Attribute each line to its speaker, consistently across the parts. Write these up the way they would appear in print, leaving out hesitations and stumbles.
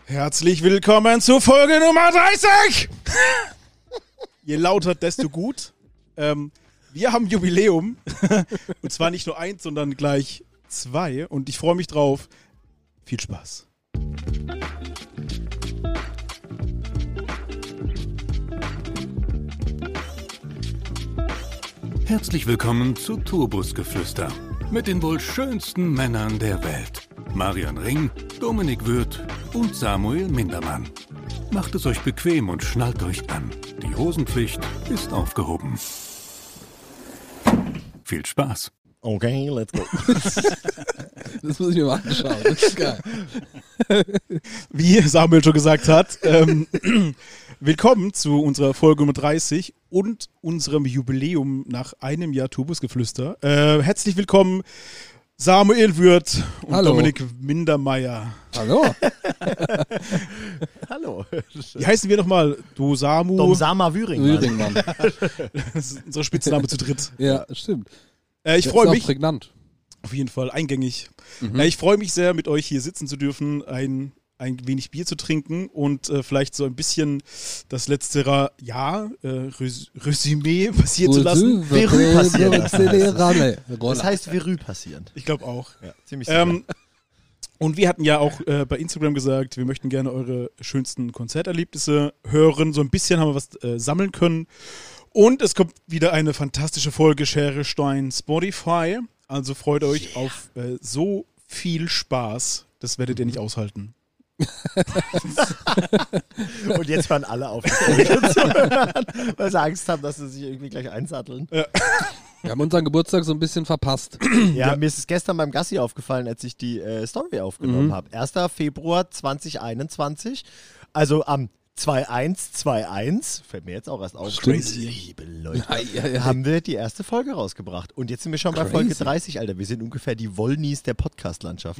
Speaker 1: Herzlich willkommen zu Folge Nummer 30! Je lauter, desto gut. Wir haben Jubiläum. Und zwar nicht nur eins, sondern gleich zwei. Und ich freue mich drauf. Viel Spaß.
Speaker 2: Herzlich willkommen zu Tourbusgeflüster mit den wohl schönsten Männern der Welt. Marian Ring, Dominik Würth und Samuel Mindermann. Macht es euch bequem und schnallt euch an. Die Hosenpflicht ist aufgehoben. Viel Spaß.
Speaker 3: Okay, let's go.
Speaker 4: Das muss ich mir mal anschauen. Das ist geil.
Speaker 1: Wie Samuel schon gesagt hat, willkommen zu unserer Folge Nummer 30 und unserem Jubiläum nach einem Jahr Tourbusgeflüster. Herzlich willkommen, Samuel Würth und
Speaker 4: Hallo.
Speaker 1: Dominik Mindermeier.
Speaker 4: Hallo.
Speaker 3: Hallo.
Speaker 1: Wie heißen wir nochmal? Du Samu.
Speaker 3: Domsama Würing.
Speaker 4: Würingmann.
Speaker 1: Das ist unser Spitzname zu dritt.
Speaker 4: Ja, stimmt.
Speaker 1: Ich freue mich.
Speaker 4: Ist auch prägnant.
Speaker 1: Auf jeden Fall, eingängig. Ich freue mich sehr, mit euch hier sitzen zu dürfen, ein wenig Bier zu trinken und vielleicht so ein bisschen das letzte Jahr Resümee passieren zu lassen.
Speaker 3: Verrü passieren lassen.
Speaker 4: Das
Speaker 3: Das heißt Verrü passieren.
Speaker 1: Ich glaube auch.
Speaker 3: Ja, ziemlich sicher.
Speaker 1: Und wir hatten ja auch bei Instagram gesagt, wir möchten gerne eure schönsten Konzerterlebnisse hören. So ein bisschen haben wir was sammeln können. Und es kommt wieder eine fantastische Folge Schere, Stein, Spotify. Also freut euch auf so viel Spaß. Das werdet ihr nicht aushalten.
Speaker 3: Und jetzt hören alle auf, die Folge zu hören, weil sie Angst haben, dass sie sich irgendwie gleich einsatteln.
Speaker 4: Wir haben unseren Geburtstag so ein bisschen verpasst.
Speaker 3: Ja, mir ist es gestern beim Gassi aufgefallen, als ich die Story aufgenommen habe. 1. Februar 2021, also am 2-1-2-1, fällt mir jetzt auch erst auf.
Speaker 4: Stimmt.
Speaker 3: Crazy, liebe Leute.
Speaker 4: Ja.
Speaker 3: Haben wir die erste Folge rausgebracht. Und jetzt sind wir schon bei Folge 30, Alter. Wir sind ungefähr die Wollnies der Podcast-Landschaft.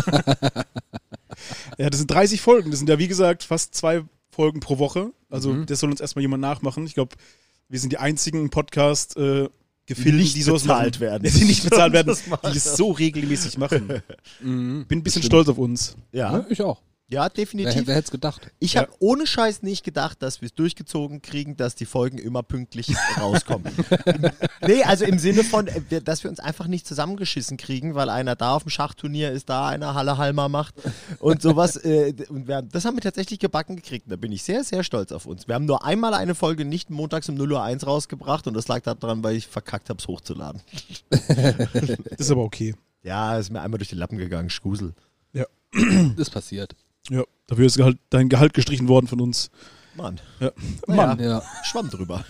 Speaker 1: Ja, das sind 30 Folgen. Das sind ja, wie gesagt, fast 2 Folgen pro Woche. Also das soll uns erstmal jemand nachmachen. Ich glaube, wir sind die einzigen im Podcast gefilmt,
Speaker 3: Nicht
Speaker 1: die sowas
Speaker 3: bezahlt
Speaker 1: machen.
Speaker 3: werden.
Speaker 1: Die nicht bezahlt werden,
Speaker 3: Das machen.
Speaker 1: die es so regelmäßig machen. Bin ein bisschen
Speaker 4: Stimmt.
Speaker 1: stolz auf uns.
Speaker 3: Ja,
Speaker 4: Ich auch.
Speaker 3: ja, definitiv.
Speaker 4: Wer hätte es gedacht?
Speaker 3: Ich habe ohne Scheiß nicht gedacht, dass wir es durchgezogen kriegen, dass die Folgen immer pünktlich rauskommen. Nee, also im Sinne von, dass wir uns einfach nicht zusammengeschissen kriegen, weil einer da auf dem Schachturnier ist, da einer Halle Halma macht und sowas. Und das haben wir tatsächlich gebacken gekriegt. Da bin ich sehr, sehr stolz auf uns. Wir haben nur einmal eine Folge nicht montags um 0:01 Uhr rausgebracht und das lag daran, weil ich verkackt habe, es hochzuladen.
Speaker 1: Das ist aber okay.
Speaker 3: Ja, ist mir einmal durch die Lappen gegangen, Schusel.
Speaker 4: Das passiert.
Speaker 1: Ja, dafür ist dein Gehalt gestrichen worden von uns.
Speaker 3: Mann.
Speaker 1: Ja.
Speaker 3: Mann.
Speaker 4: Ja.
Speaker 3: Schwamm drüber.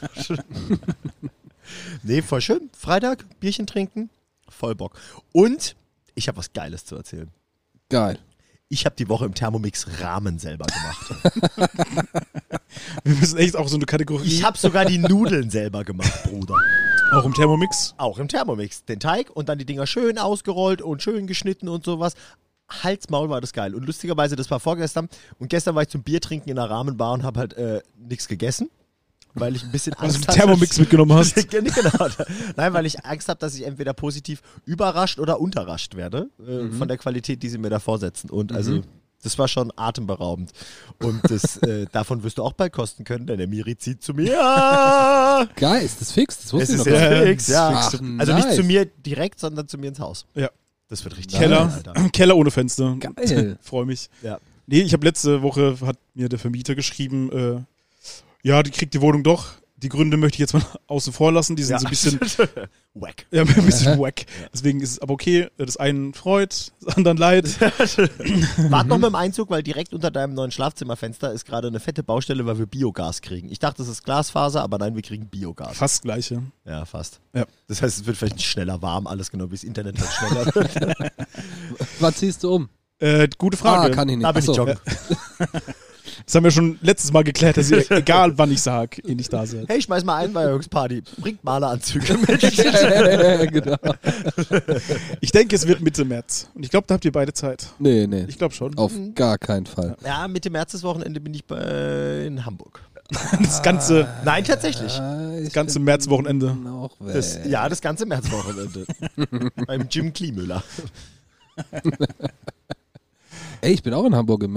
Speaker 3: Nee, voll schön. Freitag, Bierchen trinken, voll Bock. Und ich habe was Geiles zu erzählen.
Speaker 4: Geil.
Speaker 3: Ich habe die Woche im Thermomix Ramen selber gemacht.
Speaker 1: Wir müssen echt auch so eine Kategorie.
Speaker 3: Ich habe sogar die Nudeln selber gemacht, Bruder.
Speaker 1: Auch im Thermomix.
Speaker 3: Auch im Thermomix. Den Teig und dann die Dinger schön ausgerollt und schön geschnitten und sowas. Halsmaul war das geil. Und lustigerweise, das war vorgestern. Und gestern war ich zum Bier trinken in einer Rahmenbar und habe halt nichts gegessen. Weil ich ein bisschen
Speaker 1: Also
Speaker 3: Angst
Speaker 1: einen Thermomix mitgenommen hast.
Speaker 3: Genau. Nein, weil ich Angst habe, dass ich entweder positiv überrascht oder unterrascht werde von der Qualität, die sie mir da vorsetzen. Und also, das war schon atemberaubend. Und das, davon wirst du auch bald kosten können, denn der Miri zieht zu mir.
Speaker 4: Geil, ist das fix? Das
Speaker 3: Es
Speaker 4: wusste ich
Speaker 3: ist
Speaker 4: noch gar nicht.
Speaker 3: jetzt fix, ja.
Speaker 4: Ach,
Speaker 3: Also
Speaker 4: nice.
Speaker 3: nicht zu mir direkt, sondern zu mir ins Haus.
Speaker 1: Ja.
Speaker 3: Das wird richtig
Speaker 1: Keller,
Speaker 3: geil, Alter.
Speaker 1: Keller ohne Fenster.
Speaker 4: Geil.
Speaker 1: Freue mich.
Speaker 3: Ja.
Speaker 1: Nee, ich habe letzte Woche, hat mir der Vermieter geschrieben, ja, die kriegt die Wohnung doch. Die Gründe möchte ich jetzt mal außen vor lassen. Die sind so ein bisschen,
Speaker 3: Wack.
Speaker 1: ja, ein bisschen wack. Deswegen ist es aber okay. Das einen freut, das anderen leid.
Speaker 3: Wart noch mit dem Einzug, weil direkt unter deinem neuen Schlafzimmerfenster ist gerade eine fette Baustelle, weil wir Biogas kriegen. Ich dachte, das ist Glasfaser, aber nein, wir kriegen Biogas.
Speaker 1: Fast gleiche.
Speaker 3: Ja, fast.
Speaker 1: Ja.
Speaker 3: Das heißt, es wird vielleicht nicht schneller warm, alles genau wie das Internet halt schneller wird.
Speaker 4: Was ziehst du um?
Speaker 1: Gute Frage.
Speaker 4: Kann ich nicht.
Speaker 3: Da bin ich
Speaker 4: Achso.
Speaker 3: joggen.
Speaker 1: Das haben wir schon letztes Mal geklärt, dass ihr, egal wann ich sag, ihr nicht da seid.
Speaker 3: Hey, schmeiß mal ein bei Party. Bringt Maleranzüge mit.
Speaker 4: Genau.
Speaker 1: Ich denke, es wird Mitte März. Und ich glaube, da habt ihr beide Zeit.
Speaker 4: Nee.
Speaker 1: Ich glaube schon.
Speaker 4: Auf gar keinen Fall.
Speaker 3: Ja, Mitte März das Wochenende bin ich in Hamburg.
Speaker 1: Das ganze,
Speaker 3: Nein, tatsächlich.
Speaker 1: das ganze Märzwochenende.
Speaker 3: Das ganze Märzwochenende. Beim Jim Kliemüller.
Speaker 4: Ey, ich bin auch in Hamburg im März.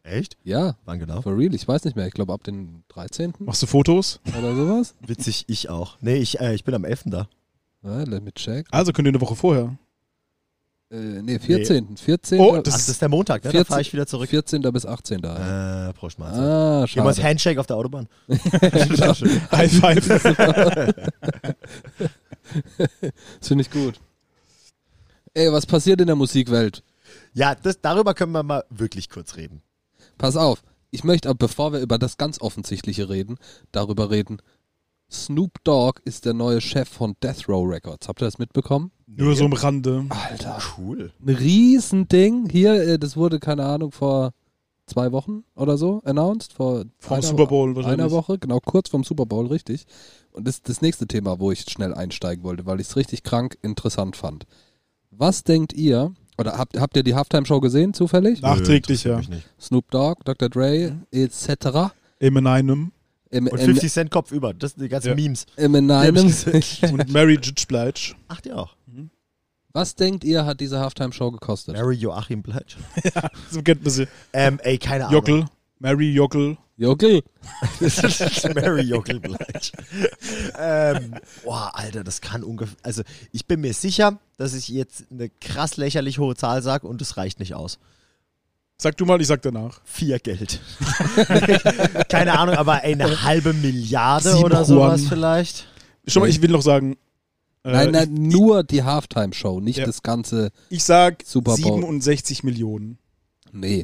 Speaker 3: Echt?
Speaker 4: Ja,
Speaker 3: Wann genau?
Speaker 4: for real. Ich weiß nicht mehr. Ich glaube ab den 13.
Speaker 1: Machst du Fotos?
Speaker 4: oder sowas.
Speaker 3: Witzig, ich auch. Nee, ich bin am 11. da.
Speaker 4: Ja, let me check.
Speaker 1: Also könnt ihr eine Woche vorher.
Speaker 4: 14. 14.
Speaker 1: Oh,
Speaker 3: Ach, das ist der Montag, ne? Da
Speaker 4: 14.
Speaker 3: fahre ich wieder zurück.
Speaker 4: 14. bis 18. da.
Speaker 3: Prost Mahlzeit.
Speaker 4: Schade.
Speaker 3: Jemals Handshake auf der Autobahn.
Speaker 1: High five.
Speaker 4: Das finde ich gut. Ey, was passiert in der Musikwelt?
Speaker 3: Ja, darüber können wir mal wirklich kurz reden.
Speaker 4: Pass auf. Ich möchte aber, bevor wir über das ganz Offensichtliche reden, darüber reden. Snoop Dogg ist der neue Chef von Death Row Records. Habt ihr das mitbekommen?
Speaker 1: Nur so am Rande.
Speaker 4: Alter.
Speaker 3: Cool.
Speaker 4: Ein Riesending. Hier, das wurde, keine Ahnung, vor 2 Wochen oder so announced. Vor
Speaker 1: Super Bowl wahrscheinlich.
Speaker 4: einer Woche, genau, kurz vorm Super Bowl, richtig. Und das ist das nächste Thema, wo ich schnell einsteigen wollte, weil ich es richtig krank interessant fand. Was denkt ihr, oder habt ihr die Halftime-Show gesehen, zufällig?
Speaker 1: Nachträglich, ja.
Speaker 3: Mich nicht.
Speaker 4: Snoop Dogg, Dr. Dre, etc.
Speaker 1: Eminem
Speaker 3: Und 50 Cent Kopf über. Das sind die ganzen
Speaker 1: Ja.
Speaker 3: Memes.
Speaker 4: Eminem.
Speaker 1: und Mary J. Blige.
Speaker 3: Ach, die auch.
Speaker 4: Was denkt ihr, hat diese Halftime-Show gekostet?
Speaker 3: Mary Joachim Blige.
Speaker 1: So kennt man sie.
Speaker 3: Ey, keine Ahnung.
Speaker 1: Jockel. Mary Jockel.
Speaker 4: Jockel.
Speaker 3: Mary Jockel Blige. Boah, Alter, das kann ungefähr. Also, ich bin mir sicher, dass ich jetzt eine krass lächerlich hohe Zahl sage und es reicht nicht aus.
Speaker 1: Sag du mal, ich sag danach.
Speaker 3: 4 Geld. Keine Ahnung, aber ey, eine halbe Milliarde
Speaker 1: 7
Speaker 3: oder sowas
Speaker 1: Juan.
Speaker 3: vielleicht.
Speaker 1: Schon mal, ich will noch sagen.
Speaker 4: Nein, nur die Halftime-Show, nicht
Speaker 1: Ja.
Speaker 4: das ganze
Speaker 1: Ich sag
Speaker 4: Super Bowl.
Speaker 1: 67 Millionen.
Speaker 4: Nee.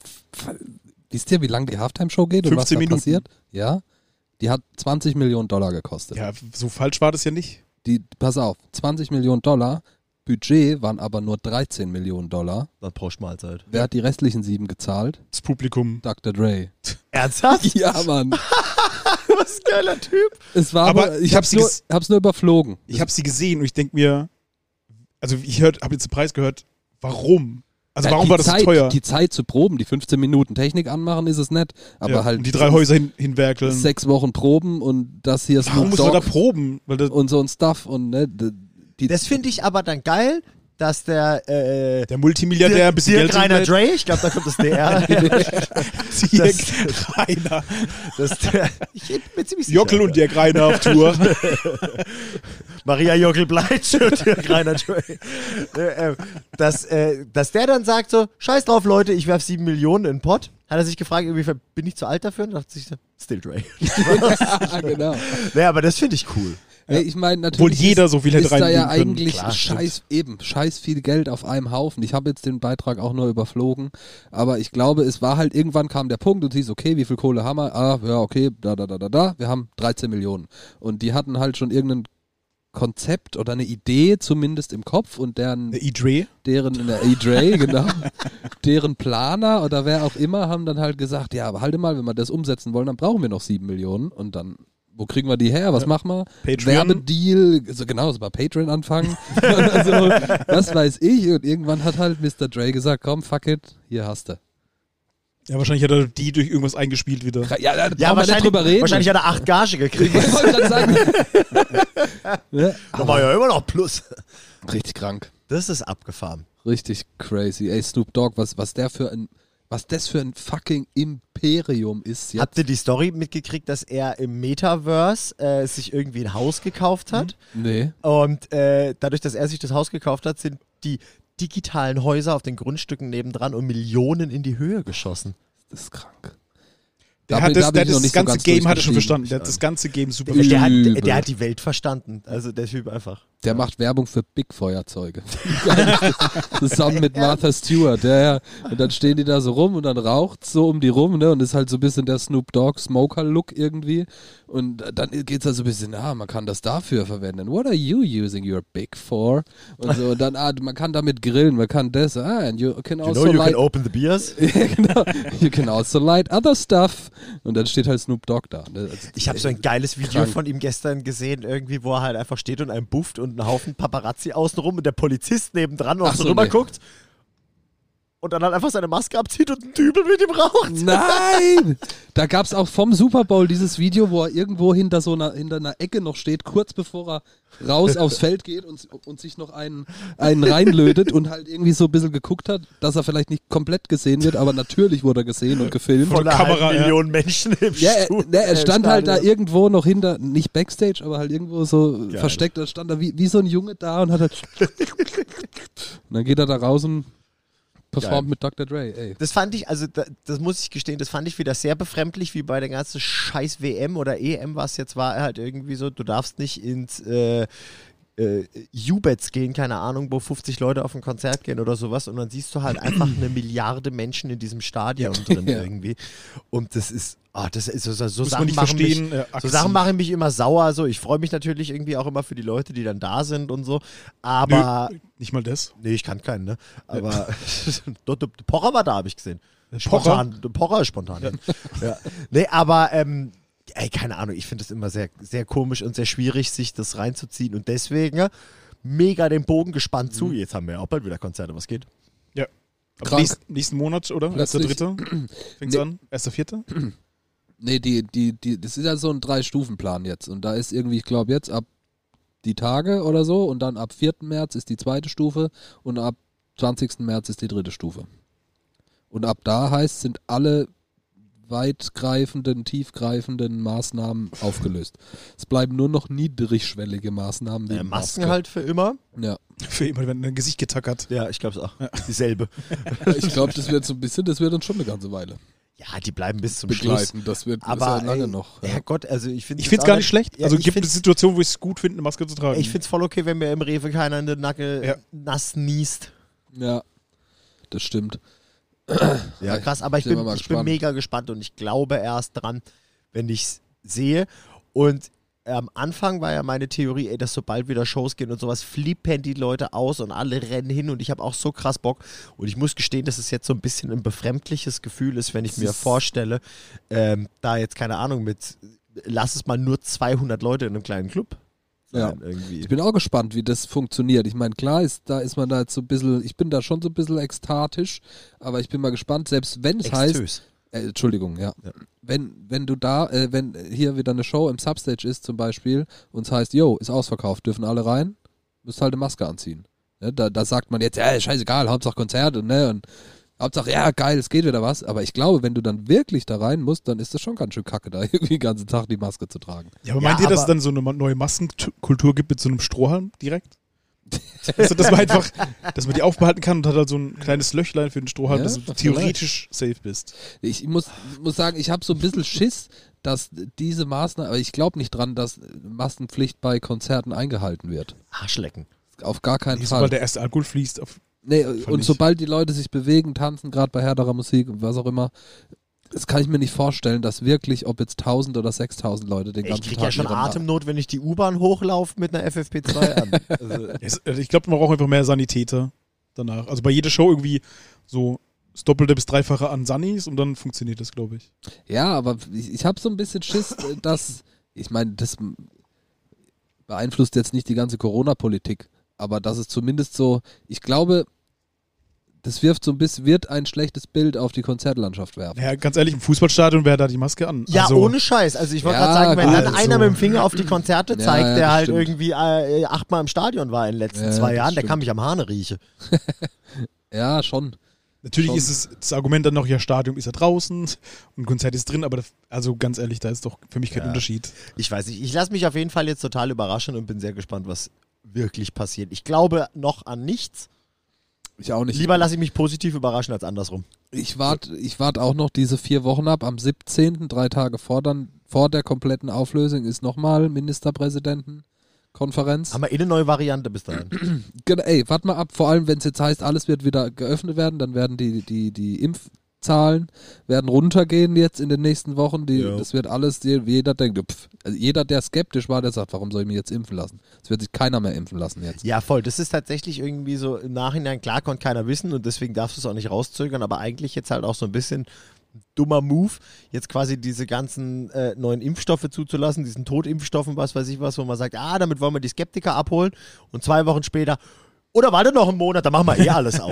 Speaker 4: Wisst ihr, wie lange die Halftime-Show geht und was
Speaker 1: 15
Speaker 4: da
Speaker 1: Minuten.
Speaker 4: passiert? Ja. Die hat $20 Millionen gekostet.
Speaker 1: Ja, so falsch war das ja nicht.
Speaker 4: Pass auf, $20 Millionen. Budget waren aber nur $13 Millionen.
Speaker 3: Dann brauchst du Mahlzeit.
Speaker 4: Wer hat die restlichen 7 gezahlt?
Speaker 1: Das Publikum.
Speaker 4: Dr. Dre.
Speaker 3: Ernsthaft?
Speaker 4: Ja, Mann.
Speaker 3: Was ein geiler Typ.
Speaker 4: Es war
Speaker 1: Aber
Speaker 4: aber,
Speaker 1: ich
Speaker 4: ich hab's nur überflogen.
Speaker 1: Ich habe sie gesehen und ich denke mir, also ich habe jetzt den Preis gehört, warum? Also warum
Speaker 4: die
Speaker 1: war das
Speaker 4: Zeit,
Speaker 1: so teuer?
Speaker 4: Die Zeit zu proben, die 15 Minuten Technik anmachen, ist es nett. Aber
Speaker 1: Ja,
Speaker 4: halt
Speaker 1: und die 3 Häuser hinwerkeln.
Speaker 4: 6 Wochen proben und das hier
Speaker 1: Warum
Speaker 4: Snoop
Speaker 1: muss man da
Speaker 4: Dogg
Speaker 1: proben? Weil das,
Speaker 4: und so ein Stuff und ne,
Speaker 3: Das finde ich aber dann geil, dass der
Speaker 1: der Multimilliardär ein bisschen
Speaker 3: Dirk
Speaker 1: Geld
Speaker 3: Rainer
Speaker 1: hinwirft.
Speaker 3: Dre, ich glaube, da kommt das DR.
Speaker 1: Dirk Rainer.
Speaker 3: Ich bin mir ziemlich sicher.
Speaker 1: Jockel und Dirk Rainer auf Tour.
Speaker 3: Maria Jockel Blige und Dirk Rainer Dre. Dass der dann sagt so, scheiß drauf Leute, ich werf 7 Millionen in den Pott. Hat er sich gefragt, irgendwie bin ich zu alt dafür? Und dachte sich so, still Dre.
Speaker 4: ja, genau.
Speaker 3: Naja, aber das finde ich cool.
Speaker 4: Ey, ich meine, natürlich
Speaker 1: Obwohl jeder so viel hätte
Speaker 4: ist da ja
Speaker 1: reinlegen können.
Speaker 4: eigentlich
Speaker 3: Klar,
Speaker 4: scheiß viel Geld auf einem Haufen. Ich habe jetzt den Beitrag auch nur überflogen, aber ich glaube, es war halt, irgendwann kam der Punkt und hieß, okay, wie viel Kohle haben wir? Ah, ja, okay, wir haben 13 Millionen. Und die hatten halt schon irgendein Konzept oder eine Idee zumindest im Kopf und deren
Speaker 1: E-Dre.
Speaker 4: E-Dre, genau, deren Planer oder wer auch immer haben dann halt gesagt, ja, aber halte mal, wenn wir das umsetzen wollen, dann brauchen wir noch 7 Millionen und dann, wo kriegen wir die her, was machen wir?
Speaker 1: Patreon.
Speaker 4: Werbedeal, so genau, so bei Patreon anfangen, also, was weiß ich und irgendwann hat halt Mr. Dre gesagt, komm, fuck it, hier hast du.
Speaker 1: Ja, wahrscheinlich hat er die durch irgendwas eingespielt wieder.
Speaker 4: Ja, da
Speaker 3: Ja,
Speaker 4: brauchen wir nicht drüber reden.
Speaker 3: wahrscheinlich hat er 8 Gage gekriegt.
Speaker 4: Ich wollte gerade sagen. Ja,
Speaker 3: Da war ja immer noch Plus.
Speaker 4: richtig krank.
Speaker 3: Das ist abgefahren.
Speaker 4: Richtig crazy. Ey, Snoop Dogg, was das für ein fucking Imperium ist jetzt.
Speaker 3: Habt ihr die Story mitgekriegt, dass er im Metaverse sich irgendwie ein Haus gekauft hat?
Speaker 4: Nee.
Speaker 3: Und dadurch, dass er sich das Haus gekauft hat, sind die digitalen Häuser auf den Grundstücken nebendran um Millionen in die Höhe geschossen.
Speaker 4: Das ist krank.
Speaker 1: Der
Speaker 4: Da
Speaker 1: hat
Speaker 4: bin
Speaker 1: das,
Speaker 4: ich
Speaker 1: der
Speaker 4: noch
Speaker 1: das
Speaker 4: nicht so
Speaker 1: ganze
Speaker 4: ganz
Speaker 1: Game hat er schon
Speaker 4: durchgestiegen.
Speaker 1: verstanden. Der hat das ganze Game super
Speaker 3: Der
Speaker 1: verstanden.
Speaker 3: hat, der hat die Welt verstanden. Also der Typ einfach.
Speaker 4: Der macht Werbung für Big Feuerzeuge. Zusammen mit Martha Stewart. Ja. Und dann stehen die da so rum und dann raucht so um die rum, ne? Und ist halt so ein bisschen der Snoop Dogg Smoker-Look irgendwie. Und dann geht's halt so ein bisschen, man kann das dafür verwenden. What are you using your Big for? Und so, und dann, man kann damit grillen, man kann das, and you can
Speaker 3: You
Speaker 4: also
Speaker 3: know you
Speaker 4: light,
Speaker 3: can open the beers?
Speaker 4: ja, genau. You can also light other stuff. Und dann steht halt Snoop Dogg da. Ne? Also,
Speaker 3: Ich habe so ein geiles Video
Speaker 4: krank.
Speaker 3: von ihm gestern gesehen, irgendwie, wo er halt einfach steht und einen bufft und einen Haufen Paparazzi außenrum und der Polizist nebendran noch so
Speaker 4: Ach so,
Speaker 3: rüber
Speaker 4: nee.
Speaker 3: guckt. und dann halt einfach seine Maske abzieht und einen Dübel mit ihm raucht.
Speaker 4: Nein! Da gab es auch vom Super Bowl dieses Video, wo er irgendwo hinter einer Ecke noch steht, kurz bevor er raus aufs Feld geht und sich noch einen reinlötet und halt irgendwie so ein bisschen geguckt hat, dass er vielleicht nicht komplett gesehen wird, aber natürlich wurde er gesehen und gefilmt.
Speaker 3: Von einer halben Million Menschen im
Speaker 4: Er stand halt da irgendwo noch hinter, nicht Backstage, aber halt irgendwo so
Speaker 3: Geil.
Speaker 4: versteckt, da stand er wie so ein Junge da und hat halt und dann geht er da raus und performt mit Dr. Dre, ey.
Speaker 3: Das fand ich, also das muss ich gestehen, das fand ich wieder sehr befremdlich, wie bei der ganzen scheiß WM oder EM, was jetzt war, halt irgendwie so, du darfst nicht ins U-Bets gehen, keine Ahnung, wo 50 Leute auf ein Konzert gehen oder sowas und dann siehst du halt einfach eine Milliarde Menschen in diesem Stadion drin irgendwie und das ist so Sachen machen mich immer sauer, so ich freue mich natürlich irgendwie auch immer für die Leute, die dann da sind und so, aber
Speaker 1: nicht mal das.
Speaker 3: Nee, ich kann keinen, ne? Aber der Pocher war da, habe ich gesehen.
Speaker 1: Pocher?
Speaker 3: Der Pocher ist spontan. Ja. Nee, aber keine Ahnung, ich finde es immer sehr, sehr komisch und sehr schwierig, sich das reinzuziehen und deswegen mega den Bogen gespannt zu. Jetzt haben wir ja auch bald wieder Konzerte, was geht?
Speaker 1: Ja. Aber nächsten Monat, oder? 1.3. Fängt's an? 1.4.?
Speaker 4: Nee, das ist ja so ein 3-Stufen-Plan jetzt. Und da ist irgendwie, ich glaube, jetzt ab die Tage oder so und dann ab 4. März ist die 2. Stufe und ab 20. März ist die 3. Stufe. Und ab da sind alle weitgreifenden, tiefgreifenden Maßnahmen aufgelöst. Es bleiben nur noch niedrigschwellige Maßnahmen. Wie
Speaker 3: Masken halt für immer.
Speaker 4: Ja.
Speaker 1: Für immer, wenn ein Gesicht getackert.
Speaker 3: Ja, ich glaube es auch. Ja. Dieselbe.
Speaker 4: Ich glaube, das wird dann schon eine ganze Weile.
Speaker 3: Ja, die bleiben bis zum
Speaker 4: begleiten.
Speaker 3: Schluss.
Speaker 4: Das wird
Speaker 3: aber
Speaker 4: ja lange noch.
Speaker 3: Herrgott, also ich finde
Speaker 1: es gar nicht schlecht.
Speaker 3: Ja,
Speaker 1: also gibt es Situationen, wo ich es gut finde, eine Maske zu tragen.
Speaker 3: Ich finde es voll okay, wenn mir im Rewe keiner in den Nacken nass niest.
Speaker 4: Ja, das stimmt.
Speaker 3: Ja, krass, aber ich bin mega gespannt und ich glaube erst dran, wenn ich es sehe. Und am Anfang war ja meine Theorie, dass sobald wieder Shows gehen und sowas, flippen die Leute aus und alle rennen hin und ich habe auch so krass Bock. Und ich muss gestehen, dass es jetzt so ein bisschen ein befremdliches Gefühl ist, wenn ich mir vorstelle, da jetzt, keine Ahnung, lass es mal nur 200 Leute in einem kleinen Club.
Speaker 4: Ja, ich bin auch gespannt, wie das funktioniert. Ich meine, klar, ist man da jetzt so ein bisschen, ich bin da schon so ein bisschen ekstatisch, aber ich bin mal gespannt, selbst wenn es heißt, Entschuldigung, ja. Wenn du da, wenn hier wieder eine Show im Substage ist zum Beispiel und es heißt, ist ausverkauft, dürfen alle rein, müsst halt eine Maske anziehen. Ne? Da sagt man jetzt, scheißegal, Hauptsache Konzert und Hauptsache, geil, es geht wieder was. Aber ich glaube, wenn du dann wirklich da rein musst, dann ist das schon ganz schön kacke, da irgendwie den ganzen Tag die Maske zu tragen.
Speaker 1: Ja, aber meint ihr, dass es dann so eine neue Maskenkultur gibt mit so einem Strohhalm direkt? Also, dass man die aufbehalten kann und hat halt so ein kleines Löchlein für den Strohhalm, dass du theoretisch safe bist.
Speaker 4: Ich muss sagen, ich habe so ein bisschen Schiss, dass diese Maßnahme, aber ich glaube nicht dran, dass Maskenpflicht bei Konzerten eingehalten wird.
Speaker 3: Arschlecken.
Speaker 4: Auf gar keinen Fall.
Speaker 1: Sobald der erste Alkohol fließt.
Speaker 4: Sobald die Leute sich bewegen, tanzen, gerade bei härterer Musik und was auch immer, das kann ich mir nicht vorstellen, dass wirklich, ob jetzt 1000 oder 6000 Leute den ganzen Tag...
Speaker 3: Ich kriege ja schon Atemnot, wenn ich die U-Bahn hochlaufe mit einer FFP2 an.
Speaker 1: Also, ich glaube, man braucht einfach mehr Sanitäter danach. Also bei jeder Show irgendwie so das Doppelte bis Dreifache an Sunnies und dann funktioniert das, glaube ich.
Speaker 4: Ja, aber ich habe so ein bisschen Schiss, dass... Ich meine, das beeinflusst jetzt nicht die ganze Corona-Politik, aber das ist zumindest so... Ich glaube... Das wird ein schlechtes Bild auf die Konzertlandschaft werfen.
Speaker 1: Ja, ganz ehrlich, im Fußballstadion wäre da die Maske an.
Speaker 3: Ja, also, ohne Scheiß. Also ich wollte gerade sagen, wenn dann einer mit dem Finger auf die Konzerte zeigt, der halt irgendwie 8-mal im Stadion war in den letzten 2 Jahren, der kann mich am Hahne riechen.
Speaker 4: Ja, schon.
Speaker 1: Natürlich ist das Argument dann noch, Stadion ist ja draußen und Konzert ist drin, aber also ganz ehrlich, da ist doch für mich kein Unterschied. Ich
Speaker 3: weiß nicht, ich lasse mich auf jeden Fall jetzt total überraschen und bin sehr gespannt, was wirklich passiert. Ich glaube noch an nichts.
Speaker 4: Ich auch nicht.
Speaker 3: Lieber lasse ich mich positiv überraschen als andersrum.
Speaker 4: Ich warte auch noch diese 4 Wochen ab. Am 17., 3 Tage vor der kompletten Auflösung, ist nochmal Ministerpräsidentenkonferenz.
Speaker 3: Haben wir eine neue Variante bis dahin?
Speaker 4: Genau, warte mal ab. Vor allem, wenn es jetzt heißt, alles wird wieder geöffnet werden, dann werden die Impfzahlen werden runtergehen jetzt in den nächsten Wochen. Das wird alles, jeder denkt, also jeder, der skeptisch war, der sagt, warum soll ich mich jetzt impfen lassen? Es wird sich keiner mehr impfen lassen jetzt.
Speaker 3: Ja, voll. Das ist tatsächlich irgendwie so im Nachhinein, klar konnte keiner wissen und deswegen darfst du es auch nicht rauszögern, aber eigentlich jetzt halt auch so ein bisschen dummer Move, jetzt quasi diese ganzen neuen Impfstoffe zuzulassen, diesen Totimpfstoffen, was weiß ich was, wo man sagt, damit wollen wir die Skeptiker abholen und 2 Wochen später, oder warte noch einen Monat, dann machen wir alles auf.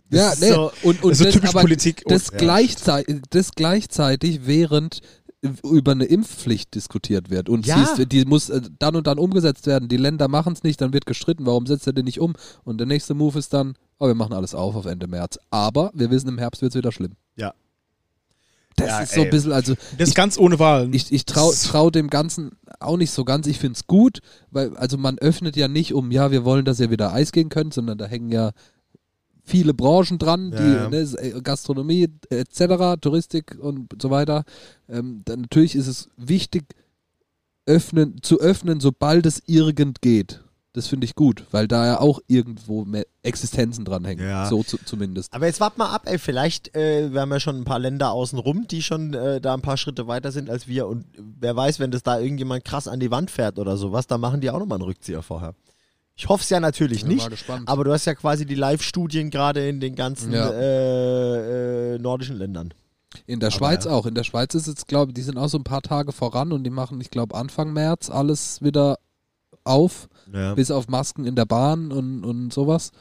Speaker 4: Ja,
Speaker 3: ist
Speaker 4: nee.
Speaker 3: so-
Speaker 4: Und
Speaker 1: Das ist so
Speaker 4: das,
Speaker 1: typisch
Speaker 4: aber
Speaker 1: Politik.
Speaker 4: das gleichzeitig während über eine Impfpflicht diskutiert wird und
Speaker 3: Ja.
Speaker 4: siehst, die muss dann und dann umgesetzt werden. Die Länder machen es nicht, dann wird gestritten. Warum setzt er den nicht um? Und der nächste Move ist dann, wir machen alles auf Ende März. Aber wir wissen, im Herbst wird es wieder schlimm.
Speaker 3: Ja.
Speaker 4: Das
Speaker 3: Ja,
Speaker 4: ist so ein
Speaker 3: ey.
Speaker 4: bisschen, also
Speaker 1: Das ist ganz ohne Wahlen.
Speaker 4: ich trau dem Ganzen auch nicht so ganz. Ich finde es gut, weil also man öffnet ja nicht wir wollen, dass ihr wieder Eis gehen könnt, sondern da hängen ja viele Branchen dran,
Speaker 3: Ja.
Speaker 4: die Gastronomie etc., Touristik und so weiter. Dann natürlich ist es wichtig, zu öffnen, sobald es irgend geht. Das finde ich gut, weil da ja auch irgendwo mehr Existenzen dranhängen.
Speaker 3: Ja.
Speaker 4: So zumindest.
Speaker 3: Aber jetzt wart mal ab, ey, vielleicht, wir haben ja schon ein paar Länder außenrum, die schon da ein paar Schritte weiter sind als wir und wer weiß, wenn das da irgendjemand krass an die Wand fährt oder sowas, dann machen die auch nochmal einen Rückzieher vorher. Ich hoffe es ja natürlich
Speaker 4: Bin mal
Speaker 3: nicht,
Speaker 4: gespannt.
Speaker 3: aber du hast ja quasi die Live-Studien gerade in den ganzen nordischen Ländern.
Speaker 4: In der Schweiz auch. In der Schweiz ist jetzt, glaube ich, die sind auch so ein paar Tage voran und die machen, ich glaube, Anfang März alles wieder auf,
Speaker 3: Ja.
Speaker 4: bis auf Masken in der Bahn und sowas.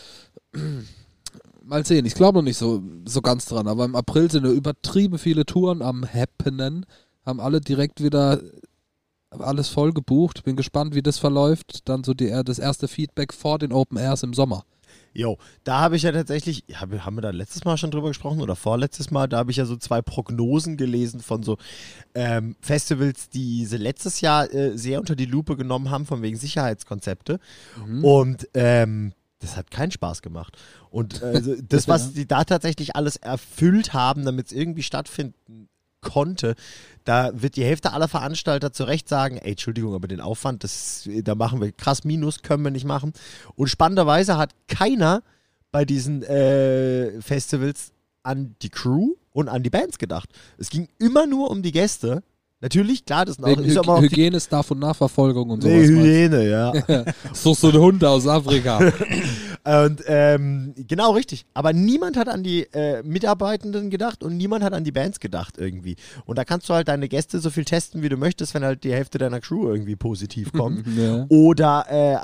Speaker 4: Mal sehen, ich glaube noch nicht so ganz dran, aber im April sind ja übertrieben viele Touren am Happenen, haben alle direkt wieder alles voll gebucht. Bin gespannt, wie das verläuft. Dann so das erste Feedback vor den Open Airs im Sommer.
Speaker 3: Jo, da habe ich ja tatsächlich, haben wir da letztes Mal schon drüber gesprochen oder vorletztes Mal, da habe ich ja so 2 Prognosen gelesen von so Festivals, die sie letztes Jahr sehr unter die Lupe genommen haben, von wegen Sicherheitskonzepte. Und das hat keinen Spaß gemacht. Und das, was die da tatsächlich alles erfüllt haben, damit es irgendwie stattfinden konnte, da wird die Hälfte aller Veranstalter zu Recht sagen, ey, Entschuldigung, aber den Aufwand, da machen wir krass Minus, können wir nicht machen. Und spannenderweise hat keiner bei diesen Festivals an die Crew und an die Bands gedacht. Es ging immer nur um die Gäste. Natürlich, klar, das sind
Speaker 4: Wegen
Speaker 3: ist aber auch die
Speaker 4: Hygiene, Staff- und Nachverfolgung und sowas.
Speaker 3: Hygiene, ja.
Speaker 4: Das ist doch so ein Hund aus Afrika.
Speaker 3: Und genau richtig. Aber niemand hat an die Mitarbeitenden gedacht und niemand hat an die Bands gedacht irgendwie. Und da kannst du halt deine Gäste so viel testen, wie du möchtest, wenn halt die Hälfte deiner Crew irgendwie positiv kommt.
Speaker 4: Ja.
Speaker 3: Oder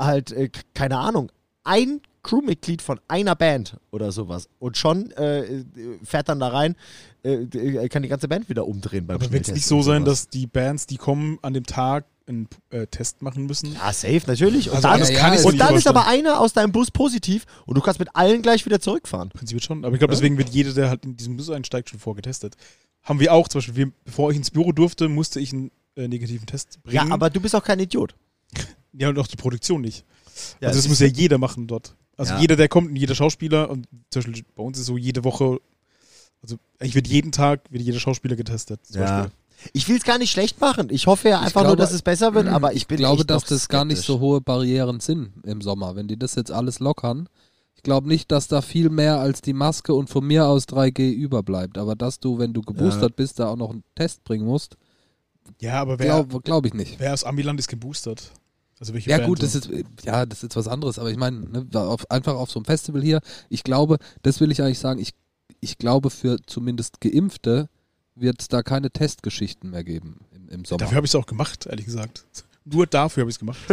Speaker 3: keine Ahnung, ein Crewmitglied von einer Band oder sowas. Und schon fährt dann da rein, kann die ganze Band wieder umdrehen beim
Speaker 1: Aber wird es
Speaker 3: Schnelltest
Speaker 1: nicht so
Speaker 3: und
Speaker 1: sein,
Speaker 3: sowas.
Speaker 1: dass die Bands, die kommen, an dem Tag einen Test machen müssen?
Speaker 3: Ja, safe, natürlich. Und
Speaker 1: Also
Speaker 3: dann,
Speaker 1: anders
Speaker 4: ja,
Speaker 1: kann ich
Speaker 4: ja,
Speaker 1: es
Speaker 3: und
Speaker 1: nicht
Speaker 3: dann ist
Speaker 1: vorstellen.
Speaker 3: aber einer aus deinem Bus positiv und du kannst mit allen gleich wieder zurückfahren.
Speaker 1: Prinzipiell schon. Aber ich glaube, deswegen wird jeder, der halt in diesem Bus einsteigt, schon vorgetestet. Haben wir auch. Zum Beispiel, bevor ich ins Büro durfte, musste ich einen negativen Test bringen.
Speaker 3: Ja, aber du bist auch kein Idiot.
Speaker 1: Ja, und auch die Produktion nicht.
Speaker 3: Ja,
Speaker 1: also das muss ja jeder machen dort. Also
Speaker 3: Ja.
Speaker 1: jeder, der kommt und jeder Schauspieler, und zum Beispiel bei uns ist so jede Woche, also eigentlich wird jeden Tag jeder Schauspieler getestet. Zum
Speaker 3: Ja.
Speaker 1: Beispiel.
Speaker 3: Ich will es gar nicht schlecht machen. Ich hoffe ja einfach nur,
Speaker 4: glaube-
Speaker 3: dass es besser wird, aber ich bin
Speaker 4: glaube,
Speaker 3: echt
Speaker 4: dass
Speaker 3: noch
Speaker 4: das gar nicht
Speaker 3: skeptisch.
Speaker 4: so hohe Barrieren sind im Sommer, wenn die das jetzt alles lockern. Ich glaube nicht, dass da viel mehr als die Maske und von mir aus 3G überbleibt. Aber dass du, wenn du geboostert bist, da auch noch einen Test bringen musst,
Speaker 1: Ja, aber wer
Speaker 4: glaube ich nicht.
Speaker 1: aus Amiland ist geboostert? Also welche
Speaker 4: Ja
Speaker 1: Band
Speaker 4: gut,
Speaker 1: so?
Speaker 4: das ist jetzt was anderes, aber ich meine, ne, einfach auf so einem Festival hier, ich glaube, das will ich eigentlich sagen, ich glaube, für zumindest Geimpfte wird es da keine Testgeschichten mehr geben im Sommer.
Speaker 1: Dafür habe ich es auch gemacht, ehrlich gesagt. Nur dafür habe ich es gemacht.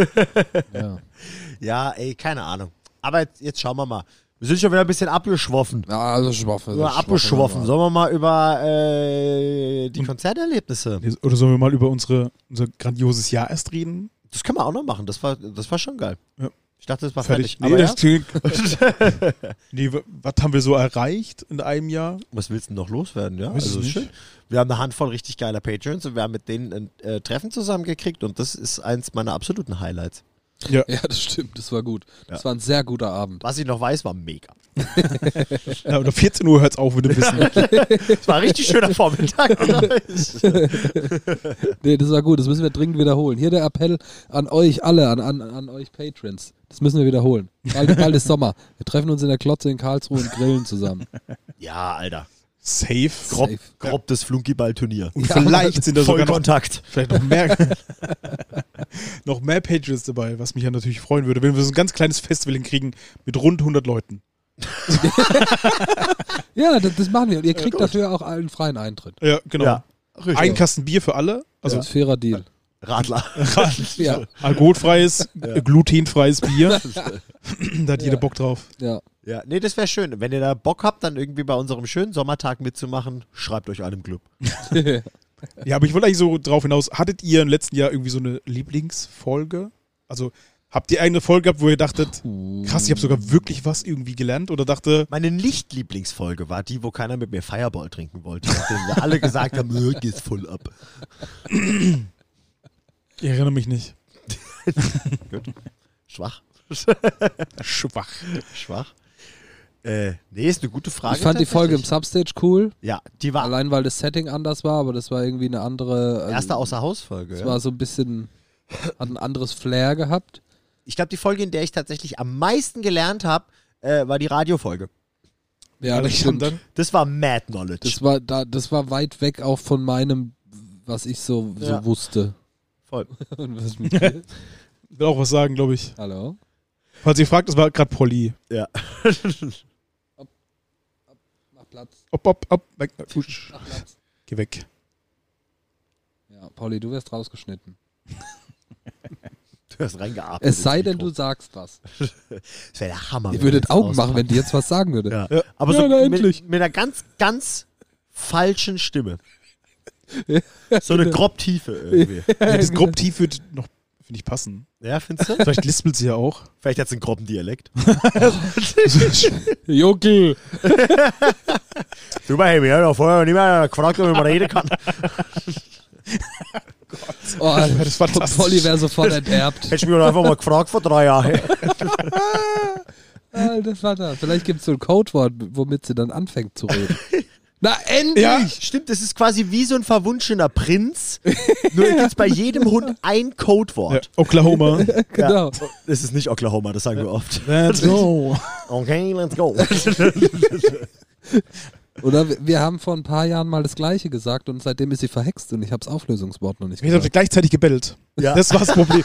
Speaker 4: Ja.
Speaker 3: Ja, ey, keine Ahnung. Aber jetzt schauen wir mal. Wir sind schon wieder ein bisschen abgeschwoffen.
Speaker 4: Ja, also schwaffe.
Speaker 3: Abgeschwoffen. Sollen wir mal über die Konzerterlebnisse?
Speaker 1: Oder sollen wir mal über unser grandioses Jahr erst reden?
Speaker 3: Das können wir auch noch machen. Das war schon geil.
Speaker 1: Ja.
Speaker 3: Ich dachte, das war fertig.
Speaker 1: Nee,
Speaker 3: Aber ja,
Speaker 1: nee, was haben wir so erreicht in einem Jahr?
Speaker 3: was willst du denn noch loswerden? Ja,
Speaker 1: Weiß ich
Speaker 3: also ist
Speaker 1: nicht.
Speaker 3: schön. Wir haben eine Handvoll richtig geiler Patrons und wir haben mit denen ein Treffen zusammengekriegt und das ist eins meiner absoluten Highlights.
Speaker 1: Ja.
Speaker 4: Ja, das stimmt, das war gut. Das
Speaker 3: Ja.
Speaker 4: war ein sehr guter Abend.
Speaker 3: Was ich noch weiß, war mega.
Speaker 1: Ja, oder 14 Uhr hört es auf mit dem Wissen.
Speaker 3: Es war ein richtig schöner Vormittag.
Speaker 4: Nee, das war gut, das müssen wir dringend wiederholen. Hier der Appell an euch alle, an euch Patrons. Das müssen wir wiederholen. Bald ist Sommer. Wir treffen uns in der Klotze in Karlsruhe und grillen zusammen.
Speaker 3: Ja, Alter.
Speaker 1: Safe.
Speaker 3: Grob das Flunkyball-Turnier.
Speaker 1: Und vielleicht sind da sogar noch,
Speaker 3: Vollkontakt.
Speaker 1: vielleicht noch mehr, noch mehr Patrons dabei, was mich ja natürlich freuen würde, wenn wir so ein ganz kleines Festival hinkriegen mit rund 100 Leuten.
Speaker 4: Ja, das machen wir. Und ihr kriegt dafür auch einen freien Eintritt.
Speaker 1: Ja, genau.
Speaker 3: Ja,
Speaker 1: Ein Kasten Bier für alle.
Speaker 4: Also
Speaker 1: Also
Speaker 4: ein fairer Deal.
Speaker 3: Radler.
Speaker 4: Ja.
Speaker 1: Alkoholfreies, glutenfreies Bier. Da hat jeder Bock drauf.
Speaker 4: Ja.
Speaker 3: Ja, nee, das wäre schön. Wenn ihr da Bock habt, dann irgendwie bei unserem schönen Sommertag mitzumachen, schreibt euch einem Club.
Speaker 1: Ja, aber ich wollte eigentlich so drauf hinaus, hattet ihr im letzten Jahr irgendwie so eine Lieblingsfolge? Also habt ihr eine Folge gehabt, wo ihr dachtet, krass, ich habe sogar wirklich was irgendwie gelernt oder dachte,
Speaker 3: Meine Nicht-Lieblingsfolge war die, wo keiner mit mir Fireball trinken wollte. Nachdem wir alle gesagt haben, geht's voll ab.
Speaker 1: ich erinnere mich nicht.
Speaker 3: Schwach.
Speaker 1: Schwach.
Speaker 3: Schwach. Nee, ist eine gute Frage.
Speaker 4: Ich fand die Folge im
Speaker 3: tatsächlich.
Speaker 4: Substage cool,
Speaker 3: Ja, die war
Speaker 4: allein weil das Setting anders war, aber das war irgendwie eine andere. Also,
Speaker 3: erste Außerhausfolge.
Speaker 4: es
Speaker 3: Ja.
Speaker 4: war so ein bisschen, hat ein anderes Flair gehabt.
Speaker 3: Ich glaube, die Folge, in der ich tatsächlich am meisten gelernt habe, war die Radiofolge.
Speaker 4: Ja, das
Speaker 1: kam
Speaker 4: stimmt.
Speaker 1: dann.
Speaker 3: Das war Mad Knowledge.
Speaker 4: Das war weit weg auch von meinem, was ich so
Speaker 3: Ja.
Speaker 4: wusste.
Speaker 3: Voll.
Speaker 4: Und was ist mit dir?
Speaker 1: Ich will auch was sagen, glaube ich.
Speaker 4: Hallo?
Speaker 1: Falls ihr fragt, das war gerade Polly.
Speaker 3: Ja.
Speaker 4: Mach Platz.
Speaker 1: Op, weg. Usch.
Speaker 4: Mach Platz.
Speaker 1: Geh weg.
Speaker 4: Ja, Pauli, du wirst rausgeschnitten.
Speaker 3: Du hast reingeatmet.
Speaker 4: Es sei
Speaker 3: ins
Speaker 4: denn,
Speaker 3: Mikro.
Speaker 4: du sagst was.
Speaker 3: Das wäre der Hammer.
Speaker 4: Ihr
Speaker 3: wenn
Speaker 4: würdet
Speaker 3: wir
Speaker 4: Augen
Speaker 3: jetzt
Speaker 4: machen, wenn
Speaker 3: auspacken.
Speaker 4: die jetzt was sagen würde.
Speaker 3: Ja.
Speaker 1: Ja.
Speaker 3: Aber
Speaker 4: Ja,
Speaker 3: so
Speaker 4: na,
Speaker 3: mit,
Speaker 4: endlich.
Speaker 3: mit einer ganz, ganz falschen Stimme.
Speaker 4: Ja,
Speaker 3: So eine
Speaker 4: genau.
Speaker 3: grob Tiefe irgendwie.
Speaker 1: Ja, das grob tief wird noch, finde ich, passen.
Speaker 3: Ja, findest du?
Speaker 1: Vielleicht lispelt sie ja auch.
Speaker 3: Vielleicht hat es einen groben Dialekt.
Speaker 4: Jockel!
Speaker 3: Du, bei mir, da vorher niemand gefragt, ob man reden kann.
Speaker 4: Oh,
Speaker 1: Das ist fantastisch.
Speaker 4: Polly wäre sofort enterbt.
Speaker 3: Hättest du mich einfach mal gefragt vor 3 Jahren.
Speaker 4: Alter Vater. Vielleicht gibt es so ein Codewort, womit sie dann anfängt zu reden. Na, endlich!
Speaker 1: Ja.
Speaker 3: Stimmt, das ist quasi wie so ein verwunschener Prinz. Nur gibt es bei jedem Hund ein
Speaker 1: Ja,
Speaker 3: Codewort.
Speaker 1: Oklahoma.
Speaker 4: Genau.
Speaker 3: Ja. Das ist nicht Oklahoma, das sagen wir oft.
Speaker 1: Let's go.
Speaker 3: Okay, let's go.
Speaker 4: Oder wir haben vor ein paar Jahren mal das Gleiche gesagt und seitdem ist sie verhext und ich habe das Auflösungswort noch nicht
Speaker 1: Wir haben
Speaker 4: gesagt.
Speaker 1: gleichzeitig gebellt.
Speaker 3: Ja.
Speaker 1: Das war das Problem.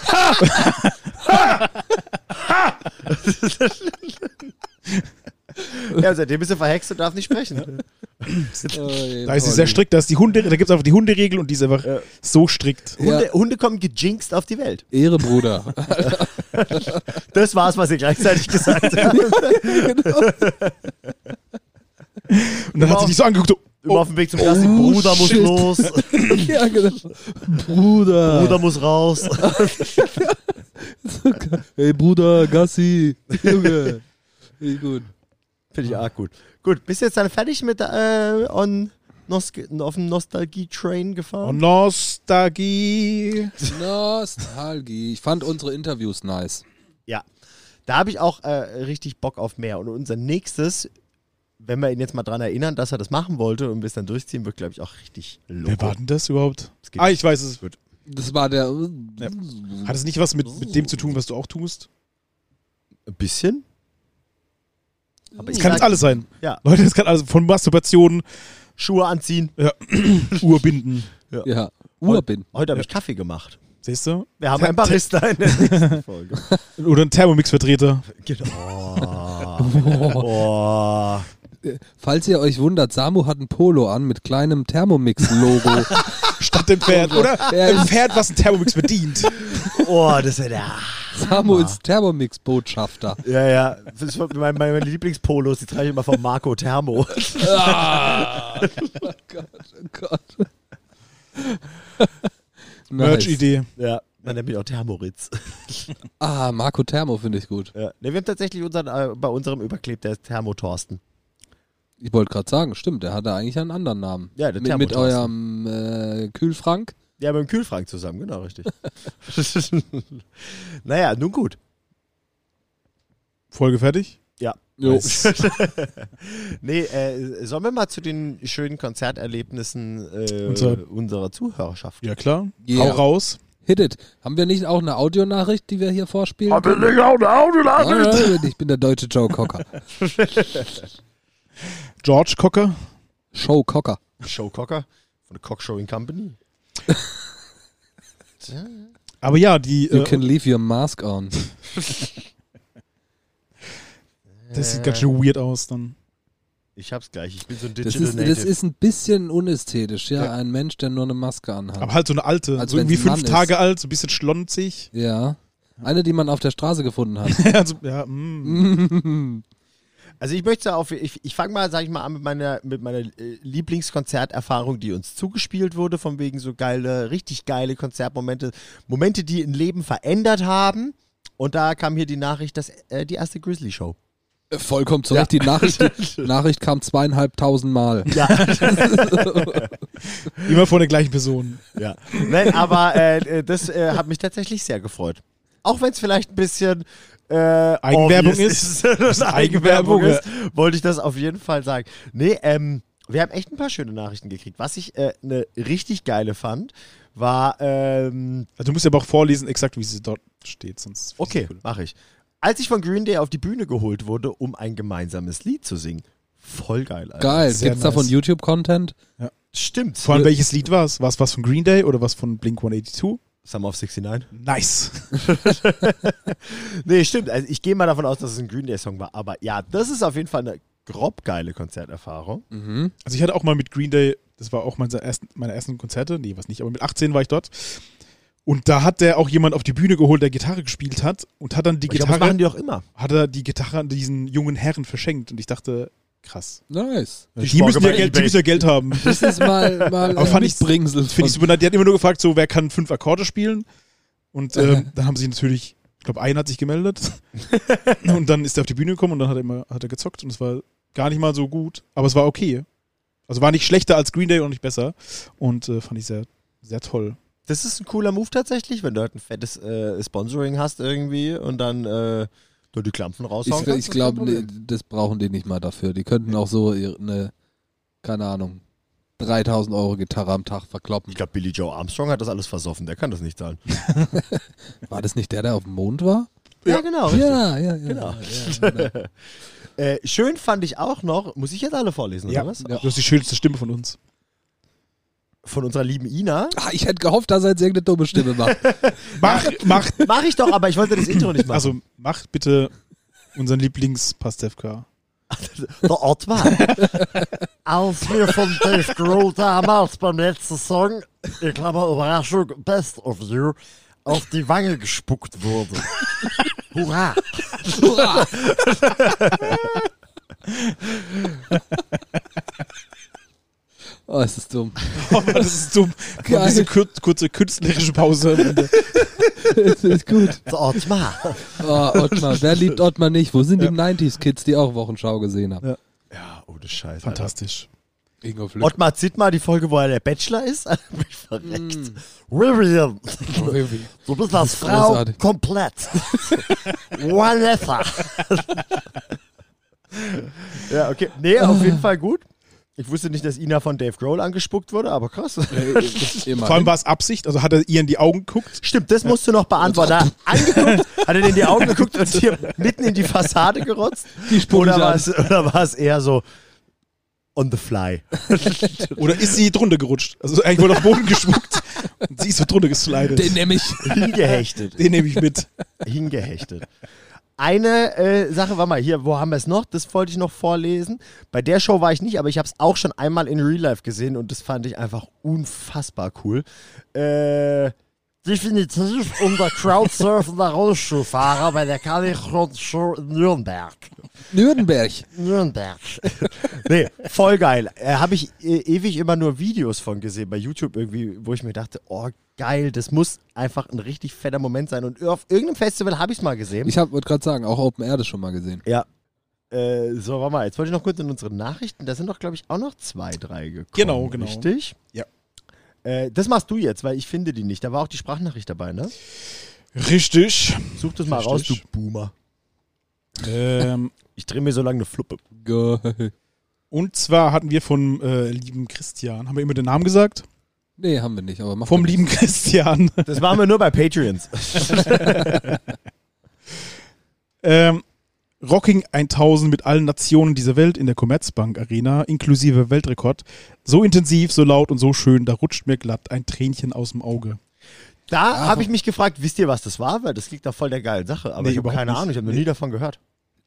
Speaker 3: Ja, seitdem ist er verhext und darf nicht sprechen.
Speaker 1: Da ist sie sehr strikt. Da gibt es einfach die Hunderegel und die ist einfach so strikt.
Speaker 4: Ja.
Speaker 3: Hunde kommen gejinxt auf die Welt.
Speaker 4: Ehre, Bruder.
Speaker 3: Das war's, was ihr gleichzeitig gesagt habt.
Speaker 1: Und dann hat sie dich so angeguckt. So,
Speaker 3: Immer auf dem Weg zum Gassi. Bruder muss
Speaker 4: shit.
Speaker 3: los.
Speaker 4: Ja, genau. Bruder.
Speaker 3: Bruder muss raus.
Speaker 4: Hey, Bruder, Gassi. Junge. Wie gut.
Speaker 3: Finde ich arg gut. Gut, bist du jetzt dann fertig mit auf dem Nostalgie-Train gefahren?
Speaker 1: Nostalgie.
Speaker 4: Nostalgie. Ich fand unsere Interviews nice.
Speaker 3: Ja. Da habe ich auch richtig Bock auf mehr. Und unser nächstes, wenn wir ihn jetzt mal dran erinnern, dass er das machen wollte und wir es dann durchziehen, wird, glaube ich, auch richtig loco.
Speaker 1: Wer war denn das überhaupt?
Speaker 3: Das geht
Speaker 1: Ich weiß es.
Speaker 3: Wird.
Speaker 4: Das war der.
Speaker 1: Ja. Hat es nicht was mit dem zu tun, was du auch tust?
Speaker 3: Ein bisschen. Aber
Speaker 1: Es kann jetzt alles sein.
Speaker 3: Ja.
Speaker 1: Leute, es kann alles. Von Masturbation,
Speaker 3: Schuhe anziehen.
Speaker 1: Urbinden.
Speaker 4: Ja. Urbind.
Speaker 3: Heute habe ich Kaffee gemacht.
Speaker 1: Siehst du?
Speaker 3: Wir haben einen Barista in der nächsten Folge.
Speaker 1: Oder ein Thermomix-Vertreter.
Speaker 3: Genau. Oh.
Speaker 4: Falls ihr euch wundert, Samu hat ein Polo an mit kleinem Thermomix-Logo.
Speaker 1: Statt dem Pferd. Oder
Speaker 4: Ja,
Speaker 1: ein Pferd, was ein Thermomix bedient.
Speaker 3: Oh, das wäre der.
Speaker 4: Samu ist Thermomix-Botschafter.
Speaker 3: Ja. Das ist meine Lieblingspolos, die trage ich immer von Marco Thermo.
Speaker 4: Ah. Oh Gott, oh Gott.
Speaker 1: Merch-Idee.
Speaker 3: Ja, man nennt mich auch Thermoritz.
Speaker 4: Ah, Marco Thermo finde ich gut.
Speaker 3: Ja. Ne, wir haben tatsächlich bei unserem überklebt, der ist Thermo-Thorsten.
Speaker 4: Ich wollte gerade sagen, stimmt, der hatte eigentlich einen anderen Namen.
Speaker 3: Ja, der
Speaker 4: mit
Speaker 3: Thermothorsten.
Speaker 4: eurem Kühlschrank.
Speaker 3: Ja, mit dem Kühlschrank zusammen, genau, richtig. Naja, nun gut.
Speaker 1: Folge fertig?
Speaker 3: Ja.
Speaker 4: Jo.
Speaker 3: Nee, sollen wir mal zu den schönen Konzerterlebnissen unserer Zuhörerschaft?
Speaker 1: Ja, klar.
Speaker 4: Yeah.
Speaker 1: Hau raus.
Speaker 4: Hit it. Haben wir nicht auch eine Audionachricht, die wir hier vorspielen?
Speaker 2: Hab ich nicht auch eine Audionachricht?
Speaker 4: Ich bin der deutsche Joe Cocker.
Speaker 1: George Cocker.
Speaker 4: Show Cocker.
Speaker 3: Show Cocker von der Cock Showing Company.
Speaker 1: Aber ja, die.
Speaker 4: You can leave your mask on.
Speaker 1: Das sieht ganz schön weird aus dann.
Speaker 3: Ich hab's gleich, ich bin so ein
Speaker 4: Das
Speaker 3: Digital
Speaker 4: ist,
Speaker 3: Native.
Speaker 4: das ist ein bisschen unästhetisch, ja.
Speaker 1: Ja.
Speaker 4: Ein Mensch, der nur eine Maske anhat.
Speaker 1: Aber halt so eine alte,
Speaker 4: Als
Speaker 1: so irgendwie
Speaker 4: wenn's ein
Speaker 1: 5
Speaker 4: Mann
Speaker 1: Tage alt, so ein bisschen schlonzig.
Speaker 4: Ja. Eine, die man auf der Straße gefunden hat.
Speaker 1: Also, ja,
Speaker 3: Also ich möchte ich fange mal, sag ich mal, an mit meiner Lieblingskonzerterfahrung, die uns zugespielt wurde, von wegen so richtig geile Konzertmomente, Momente, die ein Leben verändert haben. Und da kam hier die Nachricht, dass die erste Grizzly-Show.
Speaker 4: Vollkommen zurecht. Die Nachricht kam 2.500 Mal.
Speaker 3: Ja.
Speaker 1: immer von der gleichen Person.
Speaker 3: Ja. Nein, aber das hat mich tatsächlich sehr gefreut. Auch wenn es vielleicht ein bisschen
Speaker 1: Eigenwerbung
Speaker 3: obvious
Speaker 1: ist.
Speaker 3: Eigenwerbung ist, wollte ich das auf jeden Fall sagen. Nee, wir haben echt ein paar schöne Nachrichten gekriegt. Was ich eine richtig geile fand, war
Speaker 1: Also du musst ja aber auch vorlesen, exakt wie sie dort steht. Sonst
Speaker 3: okay, mache ich. Als ich von Green Day auf die Bühne geholt wurde, um ein gemeinsames Lied zu singen. Voll geil, Alter.
Speaker 4: Geil.
Speaker 1: Sehr
Speaker 4: Gibt's da von
Speaker 1: nice.
Speaker 4: YouTube-Content?
Speaker 3: Stimmt.
Speaker 1: Vor allem, welches Lied war es? War es was von Green Day oder was von Blink-182?
Speaker 3: Summer of 69?
Speaker 1: Nice.
Speaker 3: Nee, stimmt. Also ich gehe mal davon aus, dass es ein Green Day-Song war. Aber ja, das ist auf jeden Fall eine grob geile Konzerterfahrung.
Speaker 4: Mhm.
Speaker 1: Also ich hatte auch mal mit Green Day, das war auch meine ersten Konzerte, nee, was nicht, aber mit 18 war ich dort. Und da hat der auch jemand auf die Bühne geholt, der Gitarre gespielt hat und hat dann die
Speaker 3: Ich glaube, das
Speaker 1: Gitarre,
Speaker 3: machen die auch immer.
Speaker 1: hat er die Gitarre an diesen jungen Herren verschenkt. Und ich dachte, krass.
Speaker 4: Nice.
Speaker 1: Die müssen ja Geld haben.
Speaker 4: Das ist mal
Speaker 1: Aber fand ich-
Speaker 4: Bringsel.
Speaker 1: Finde ich super nett. Die hat immer nur gefragt, so, wer kann 5 Akkorde spielen? Und dann haben sie natürlich, ich glaube, einer hat sich gemeldet. Und dann ist er auf die Bühne gekommen und dann hat er gezockt. Und es war gar nicht mal so gut, aber es war okay. Also war nicht schlechter als Green Day und nicht besser. Und fand ich sehr, sehr toll.
Speaker 3: Das ist ein cooler Move tatsächlich, wenn du halt ein fettes Sponsoring hast irgendwie und dann nur die Klampfen raushauen kannst.
Speaker 4: Ich glaube, nee, das brauchen die nicht mal dafür. Die könnten auch so eine, keine Ahnung, 3.000 Euro Gitarre am Tag verkloppen.
Speaker 3: Ich glaube, Billy Joe Armstrong hat das alles versoffen. Der kann das nicht zahlen.
Speaker 4: War das nicht der auf dem Mond war?
Speaker 3: Ja, genau.
Speaker 4: Ja.
Speaker 3: Genau.
Speaker 4: Ja, genau.
Speaker 3: Schön fand ich auch noch, muss ich jetzt alle vorlesen, oder was?
Speaker 1: Du hast die schönste Stimme von uns.
Speaker 3: Von unserer lieben Ina.
Speaker 4: Ah, ich hätte gehofft, dass er jetzt irgendeine dumme Stimme macht.
Speaker 1: Mach.
Speaker 3: Mach ich doch, aber ich wollte das Intro nicht machen.
Speaker 1: Also mach bitte unseren Lieblings-Pastewka.
Speaker 3: Der Ottmar. Als wir von Dave Grohl damals beim letzten Song, ich glaube, Überraschung, Best of You, auf die Wange gespuckt wurde. Hurra!
Speaker 4: Hurra! Oh, es ist dumm.
Speaker 1: Oh, das ist dumm.
Speaker 4: Geil.
Speaker 1: Diese kurze künstlerische Pause am Ende.
Speaker 4: Es ist gut.
Speaker 3: Der Ottmar.
Speaker 4: Oh, Ottmar. Wer liebt Ottmar nicht? Wo sind die 90s-Kids, die auch Wochenschau gesehen haben?
Speaker 1: Ja.
Speaker 3: Ja, ohne Scheiß.
Speaker 1: Fantastisch.
Speaker 4: Ingo Flück.
Speaker 3: Ottmar Zittmar, die Folge, wo er der Bachelor ist, mich verreckt. Vivian, du bist als Frau
Speaker 4: Großartig.
Speaker 3: komplett. Vanessa. Ja, okay. Nee, auf jeden Fall gut. Ich wusste nicht, dass Ina von Dave Grohl angespuckt wurde, aber krass.
Speaker 1: Vor allem war es Absicht, also hat er ihr in die Augen geguckt.
Speaker 3: Stimmt, das musst du noch beantworten. Hat er angeguckt, hat er in die Augen geguckt und hier mitten in die Fassade gerotzt? Oder war es eher so on the fly?
Speaker 1: Oder ist sie drunter gerutscht? Also eigentlich wurde auf den Boden gespuckt und sie ist so drunter geslidet.
Speaker 4: Den nehme ich.
Speaker 3: Hingehechtet.
Speaker 1: Den nehme ich mit.
Speaker 3: Hingehechtet. Eine Sache, warte mal, hier, wo haben wir es noch? Das wollte ich noch vorlesen. Bei der Show war ich nicht, aber ich habe es auch schon einmal in Real Life gesehen und das fand ich einfach unfassbar cool. Definitiv unser crowdsurfender Rollstuhlfahrer bei der Calicron-Show in Nürnberg.
Speaker 4: Nürnberg.
Speaker 3: Nee, voll geil. Habe ich ewig immer nur Videos von gesehen bei YouTube irgendwie, wo ich mir dachte, oh geil, das muss einfach ein richtig fetter Moment sein. Und auf irgendeinem Festival habe ich es mal gesehen.
Speaker 4: Ich wollte gerade sagen, auch Open Air das schon mal gesehen.
Speaker 3: Ja. So, warte mal, jetzt wollte ich noch kurz in unsere Nachrichten, da sind doch, glaube ich, auch noch 2, 3 gekommen.
Speaker 1: Genau.
Speaker 3: Richtig?
Speaker 1: Ja.
Speaker 3: Das machst du jetzt, weil ich finde die nicht. Da war auch die Sprachnachricht dabei, ne?
Speaker 1: Richtig.
Speaker 3: Such das mal raus, du Boomer. Ich drehe mir so lange eine Fluppe.
Speaker 4: Geil.
Speaker 1: Und zwar hatten wir vom lieben Christian, haben wir immer den Namen gesagt?
Speaker 4: Nee, haben wir nicht, aber mach
Speaker 1: Vom
Speaker 4: mal.
Speaker 1: lieben Christian.
Speaker 3: Das machen wir nur bei Patreons.
Speaker 1: Rocking 1000 mit allen Nationen dieser Welt in der Commerzbank Arena, inklusive Weltrekord. So intensiv, so laut und so schön, da rutscht mir glatt ein Tränchen aus dem Auge.
Speaker 3: Da habe ich mich gefragt, wisst ihr, was das war? Weil das klingt doch voll der geilen Sache. Aber
Speaker 1: Nee,
Speaker 3: ich habe
Speaker 1: überhaupt
Speaker 3: keine
Speaker 1: nicht.
Speaker 3: Ahnung, ich habe noch nie davon gehört.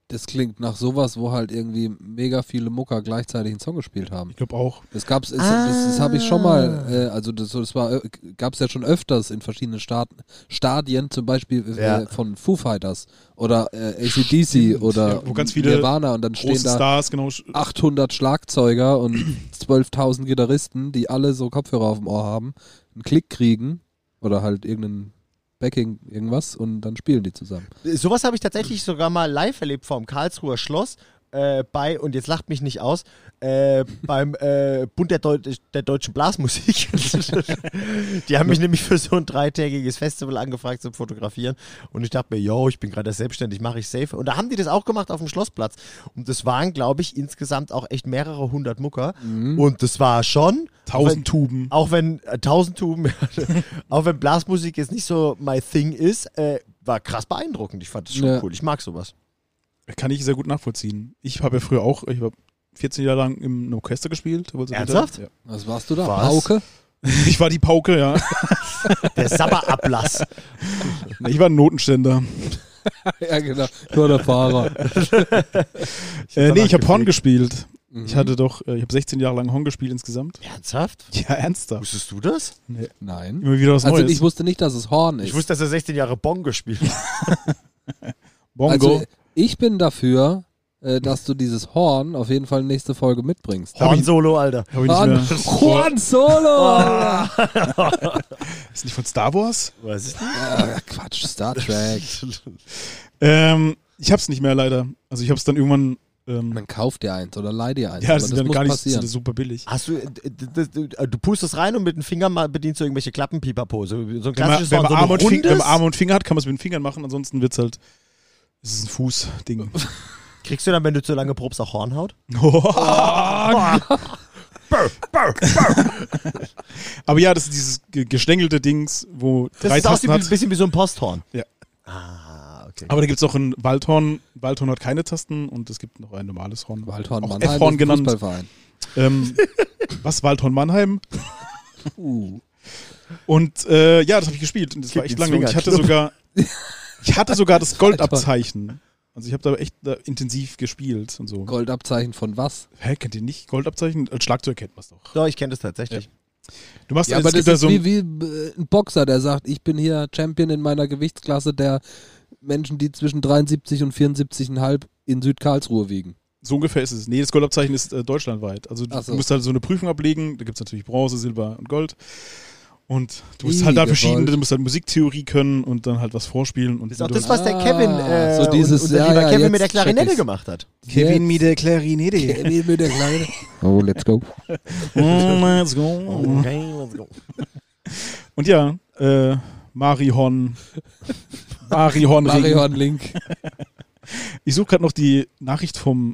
Speaker 4: Das klingt nach sowas, wo halt irgendwie mega viele Mucker gleichzeitig einen Song gespielt haben.
Speaker 1: Ich glaube auch.
Speaker 4: Das habe ich schon mal, also gab's ja schon öfters in verschiedenen Stadien, zum Beispiel von Foo Fighters oder AC/DC oder
Speaker 1: Ja, wo ganz viele
Speaker 4: Nirvana und dann stehen
Speaker 1: Große
Speaker 4: da
Speaker 1: Stars, genau.
Speaker 4: 800 Schlagzeuger und 12.000 Gitarristen, die alle so Kopfhörer auf dem Ohr haben, einen Klick kriegen oder halt irgendeinen Backing, irgendwas und dann spielen die zusammen.
Speaker 3: Sowas habe ich tatsächlich sogar mal live erlebt vom Karlsruher Schloss. Und jetzt lacht mich nicht aus, beim Bund der deutschen Blasmusik. Die haben mich nämlich für so ein 3-tägiges Festival angefragt zum Fotografieren und ich dachte mir, yo, ich bin gerade selbstständig, mache ich safe. Und da haben die das auch gemacht auf dem Schlossplatz und das waren, glaube ich, insgesamt auch echt mehrere hundert Mucker und das war schon
Speaker 1: 1000 Tuben.
Speaker 3: auch wenn 1000 Tuben, auch wenn Blasmusik jetzt nicht so my thing ist, war krass beeindruckend. Ich fand das schon cool. Ich mag sowas.
Speaker 1: Kann ich sehr gut nachvollziehen. Ich habe ja früher auch, ich habe 14 Jahre lang im Orchester gespielt.
Speaker 3: Ernsthaft?
Speaker 1: Ja.
Speaker 4: Was warst du da?
Speaker 3: Was?
Speaker 4: Pauke?
Speaker 1: Ich war die Pauke, ja.
Speaker 3: Der Sabberablass.
Speaker 1: Nee, ich war ein Notenständer.
Speaker 4: Ja, genau. Nur der Fahrer.
Speaker 1: Nee, ich habe Horn gespielt.
Speaker 4: Mhm.
Speaker 1: Ich habe 16 Jahre lang Horn gespielt insgesamt.
Speaker 3: Ernsthaft?
Speaker 1: Ja, ernsthaft.
Speaker 3: Wusstest du das?
Speaker 1: Nee.
Speaker 4: Nein.
Speaker 1: Immer wieder was
Speaker 4: Also
Speaker 1: Neues.
Speaker 4: ich wusste nicht, dass es Horn ist.
Speaker 3: Ich wusste, dass er 16 Jahre Bong gespielt hat.
Speaker 1: Bongo.
Speaker 4: Also ich bin dafür, dass du dieses Horn auf jeden Fall nächste Folge mitbringst.
Speaker 3: Horn-Solo, Alter.
Speaker 1: Hab ich nicht mehr.
Speaker 4: Horn Solo!
Speaker 1: Ist nicht von Star Wars?
Speaker 3: Weiß ich nicht.
Speaker 4: Ja, Quatsch, Star Trek.
Speaker 1: Ich hab's nicht mehr leider. Also ich hab's dann irgendwann.
Speaker 4: Man kauft dir eins oder leih dir eins.
Speaker 1: Ja,
Speaker 4: aber
Speaker 1: das
Speaker 4: das
Speaker 1: ist dann
Speaker 4: muss
Speaker 1: gar nicht
Speaker 4: passieren.
Speaker 1: das ist super billig.
Speaker 3: Hast du pustest rein und mit dem Finger mal bedienst du irgendwelche Klappenpipapo. So ein
Speaker 1: Wenn man,
Speaker 3: klassisches
Speaker 1: wenn, man
Speaker 3: Horn, so
Speaker 1: Arm und
Speaker 3: rundes.
Speaker 1: wenn man Arm und Finger hat, kann man es mit den Fingern machen. Ansonsten wird's halt. Es ist ein Fußding.
Speaker 3: Kriegst du dann, wenn du zu lange probst, auch Hornhaut?
Speaker 1: Aber ja, das ist dieses gestängelte Dings, wo
Speaker 3: Das
Speaker 1: 3
Speaker 3: ist auch
Speaker 1: Tasten
Speaker 3: ein
Speaker 1: hat.
Speaker 3: bisschen wie so ein Posthorn.
Speaker 1: Ja.
Speaker 3: Ah, okay.
Speaker 1: Aber da gibt's auch ein Waldhorn. Waldhorn hat keine Tasten und es gibt noch ein normales Horn.
Speaker 4: Waldhorn
Speaker 1: auch
Speaker 4: Mannheim
Speaker 1: F-Horn
Speaker 4: ist ein
Speaker 1: genannt.
Speaker 4: Fußballverein.
Speaker 1: Was? Waldhorn Mannheim? Und ja, das habe ich gespielt und das war echt
Speaker 3: Kind
Speaker 1: lange. Und ich hatte sogar das Goldabzeichen. Also ich habe da echt intensiv gespielt und so.
Speaker 4: Goldabzeichen von was?
Speaker 1: Hä, kennt ihr nicht Goldabzeichen? Als Schlagzeug kennt man es doch.
Speaker 3: Doch, ich kenne das tatsächlich.
Speaker 1: Du machst
Speaker 4: Ja,
Speaker 1: es
Speaker 4: aber
Speaker 1: gibt
Speaker 4: das
Speaker 1: da
Speaker 4: ist
Speaker 1: so
Speaker 4: wie ein Boxer, der sagt, ich bin hier Champion in meiner Gewichtsklasse der Menschen, die zwischen 73 und 74,5 in Südkarlsruhe wiegen.
Speaker 1: so ungefähr ist es. Nee, das Goldabzeichen ist deutschlandweit. Also
Speaker 4: Ach so.
Speaker 1: du musst halt so eine Prüfung ablegen. Da gibt es natürlich Bronze, Silber und Gold. Und du musst halt da
Speaker 4: gewollt.
Speaker 1: verschiedene, du musst halt Musiktheorie können und dann halt was vorspielen. Und
Speaker 3: Das ist auch
Speaker 1: wenn
Speaker 3: das,
Speaker 1: du-
Speaker 3: was der Kevin,
Speaker 4: so dieses,
Speaker 3: unser
Speaker 4: ja,
Speaker 3: lieber
Speaker 4: ja,
Speaker 3: Kevin
Speaker 4: jetzt
Speaker 3: mit der Klarinette
Speaker 4: check ich's.
Speaker 3: gemacht hat.
Speaker 1: Kevin mit der Klarinette.
Speaker 4: Kevin mit der Kleine. Oh, let's go.
Speaker 1: Let's go.
Speaker 3: Okay, let's go.
Speaker 1: Und ja, Marihorn.
Speaker 4: Marion Link.
Speaker 1: Ich suche gerade noch die Nachricht vom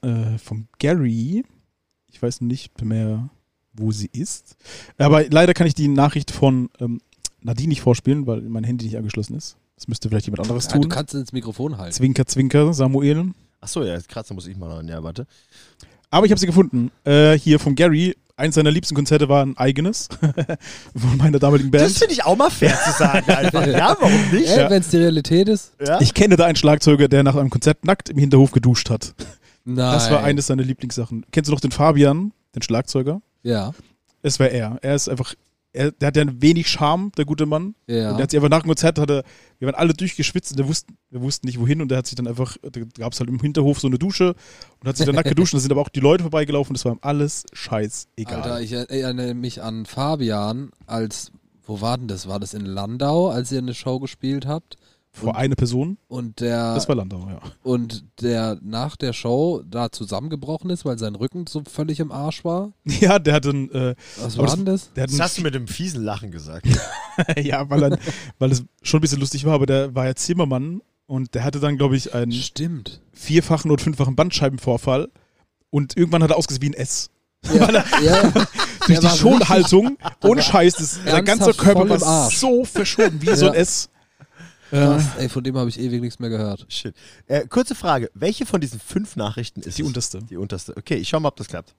Speaker 1: Gary. Ich weiß nicht mehr, wo sie ist. Aber leider kann ich die Nachricht von Nadine nicht vorspielen, weil mein Handy nicht angeschlossen ist. Das müsste vielleicht jemand anderes
Speaker 4: Ja, du
Speaker 1: tun.
Speaker 4: kannst ins Mikrofon halten.
Speaker 1: Zwinker, Zwinker, Samuel.
Speaker 3: Achso, ja, krass, da muss ich mal ran. Ja, warte.
Speaker 1: Aber ich habe sie gefunden. Hier vom Gary. Eins seiner liebsten Konzerte war ein eigenes von meiner damaligen Band.
Speaker 3: Das finde ich auch mal fair zu sagen einfach. Ja, warum nicht?
Speaker 1: Ja.
Speaker 4: Wenn es die Realität ist?
Speaker 3: Ja?
Speaker 1: Ich kenne da einen Schlagzeuger, der nach einem Konzert nackt im Hinterhof geduscht hat.
Speaker 4: Nein.
Speaker 1: Das war eines seiner Lieblingssachen. Kennst du noch den Fabian, den Schlagzeuger?
Speaker 4: Ja.
Speaker 1: Es war er. Er ist einfach, der hat ja wenig Charme, der gute Mann.
Speaker 4: Ja.
Speaker 1: Und der hat sich einfach nach dem Konzert, wir waren alle durchgeschwitzt und wir wussten nicht wohin und der hat sich dann einfach, da gab es halt im Hinterhof so eine Dusche und hat sich dann nackt geduscht und da sind aber auch die Leute vorbeigelaufen, das war ihm alles scheißegal.
Speaker 4: Alter, ich erinnere mich an Fabian wo war denn das? War das in Landau, als ihr eine Show gespielt habt?
Speaker 1: Vor eine Person,
Speaker 4: Und der
Speaker 1: das war Landau, ja.
Speaker 4: und der nach der Show da zusammengebrochen ist, weil sein Rücken so völlig im Arsch war.
Speaker 1: Ja, der hat einen,
Speaker 4: Was
Speaker 1: Aber
Speaker 4: war denn das?
Speaker 1: der hat
Speaker 3: Das hast du mit einem fiesen Lachen gesagt.
Speaker 1: ja, weil es schon ein bisschen lustig war, aber der war ja Zimmermann und der hatte dann, glaube ich, einen
Speaker 4: Stimmt.
Speaker 1: 4-fachen oder 5-fachen Bandscheibenvorfall und irgendwann hat er ausgesehen wie ein S.
Speaker 4: Ja, ja.
Speaker 1: Durch die
Speaker 4: war
Speaker 1: Schonhaltung, ohne Scheiß, der ganze
Speaker 4: ernsthaft
Speaker 1: Körper
Speaker 4: voll im
Speaker 1: war
Speaker 4: Arsch.
Speaker 1: so verschoben, wie so ein
Speaker 4: Ja.
Speaker 1: S.
Speaker 4: Krass, ey, von dem habe ich ewig nichts mehr gehört.
Speaker 3: Shit. Kurze Frage. Welche von diesen 5 Nachrichten ist
Speaker 1: Die
Speaker 3: es?
Speaker 1: unterste.
Speaker 3: Die unterste. Okay, ich schau mal, ob das klappt.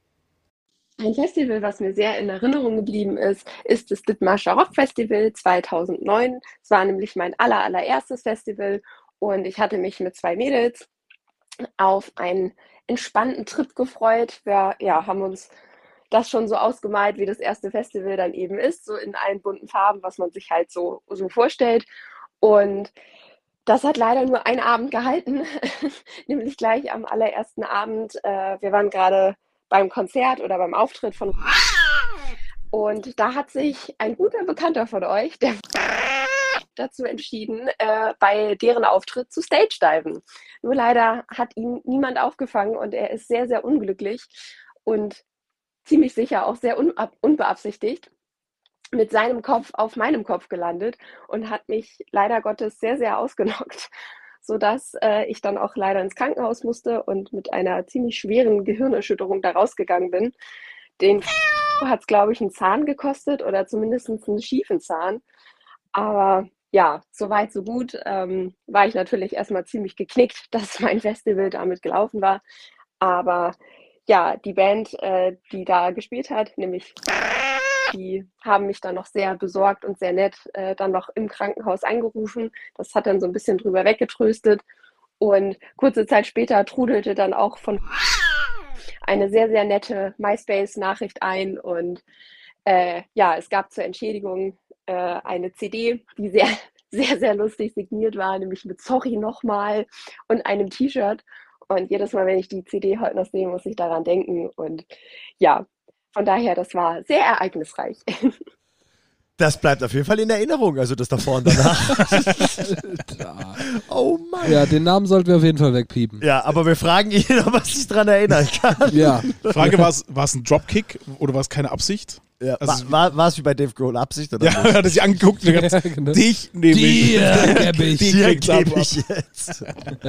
Speaker 5: Ein Festival, was mir sehr in Erinnerung geblieben ist, ist das Dithmarscher Rock Festival 2009. Es war nämlich mein allererstes Festival und ich hatte mich mit 2 Mädels auf einen entspannten Trip gefreut. Wir haben uns das schon so ausgemalt, wie das erste Festival dann eben ist, so in allen bunten Farben, was man sich halt so vorstellt. Und das hat leider nur einen Abend gehalten, nämlich gleich am allerersten Abend. Wir waren gerade beim Konzert oder beim Auftritt von... Und da hat sich ein guter Bekannter von euch, der dazu entschieden, bei deren Auftritt zu Stage-diven. Nur leider hat ihn niemand aufgefangen und er ist sehr, sehr unglücklich und ziemlich sicher auch sehr unbeabsichtigt mit seinem Kopf auf meinem Kopf gelandet und hat mich leider Gottes sehr, sehr ausgenockt, sodass ich dann auch leider ins Krankenhaus musste und mit einer ziemlich schweren Gehirnerschütterung da rausgegangen bin. Den hat es, glaube ich, einen Zahn gekostet oder zumindest einen schiefen Zahn. Aber ja, so weit, so gut. War ich natürlich erstmal ziemlich geknickt, dass mein Festival damit gelaufen war. Aber ja, die Band, die da gespielt hat, nämlich die haben mich dann noch sehr besorgt und sehr nett dann noch im Krankenhaus angerufen. Das hat dann so ein bisschen drüber weggetröstet. Und kurze Zeit später trudelte dann auch von eine sehr, sehr nette MySpace-Nachricht ein. Und es gab zur Entschädigung eine CD, die sehr, sehr, sehr lustig signiert war, nämlich mit Sorry nochmal und einem T-Shirt. Und jedes Mal, wenn ich die CD heute noch sehe, muss ich daran denken. Und ja, von daher, das war sehr ereignisreich.
Speaker 3: Das bleibt auf jeden Fall in Erinnerung, also das davor und danach. Oh Mann.
Speaker 4: Ja, den Namen sollten wir auf jeden Fall wegpiepen.
Speaker 3: Ja, aber wir fragen ihn, ob er sich dran erinnern kann.
Speaker 4: Ja.
Speaker 1: Frage, war es ein Dropkick oder war es keine Absicht?
Speaker 3: Ja,
Speaker 1: Also,
Speaker 3: war es wie bei Dave Grohl Absicht oder
Speaker 1: Ja, er hat sich angeguckt und gesagt,
Speaker 4: Ja, genau.
Speaker 1: dich nehme ich.
Speaker 3: Dir
Speaker 1: kriegt's
Speaker 3: gebe
Speaker 1: ab.
Speaker 3: ich jetzt.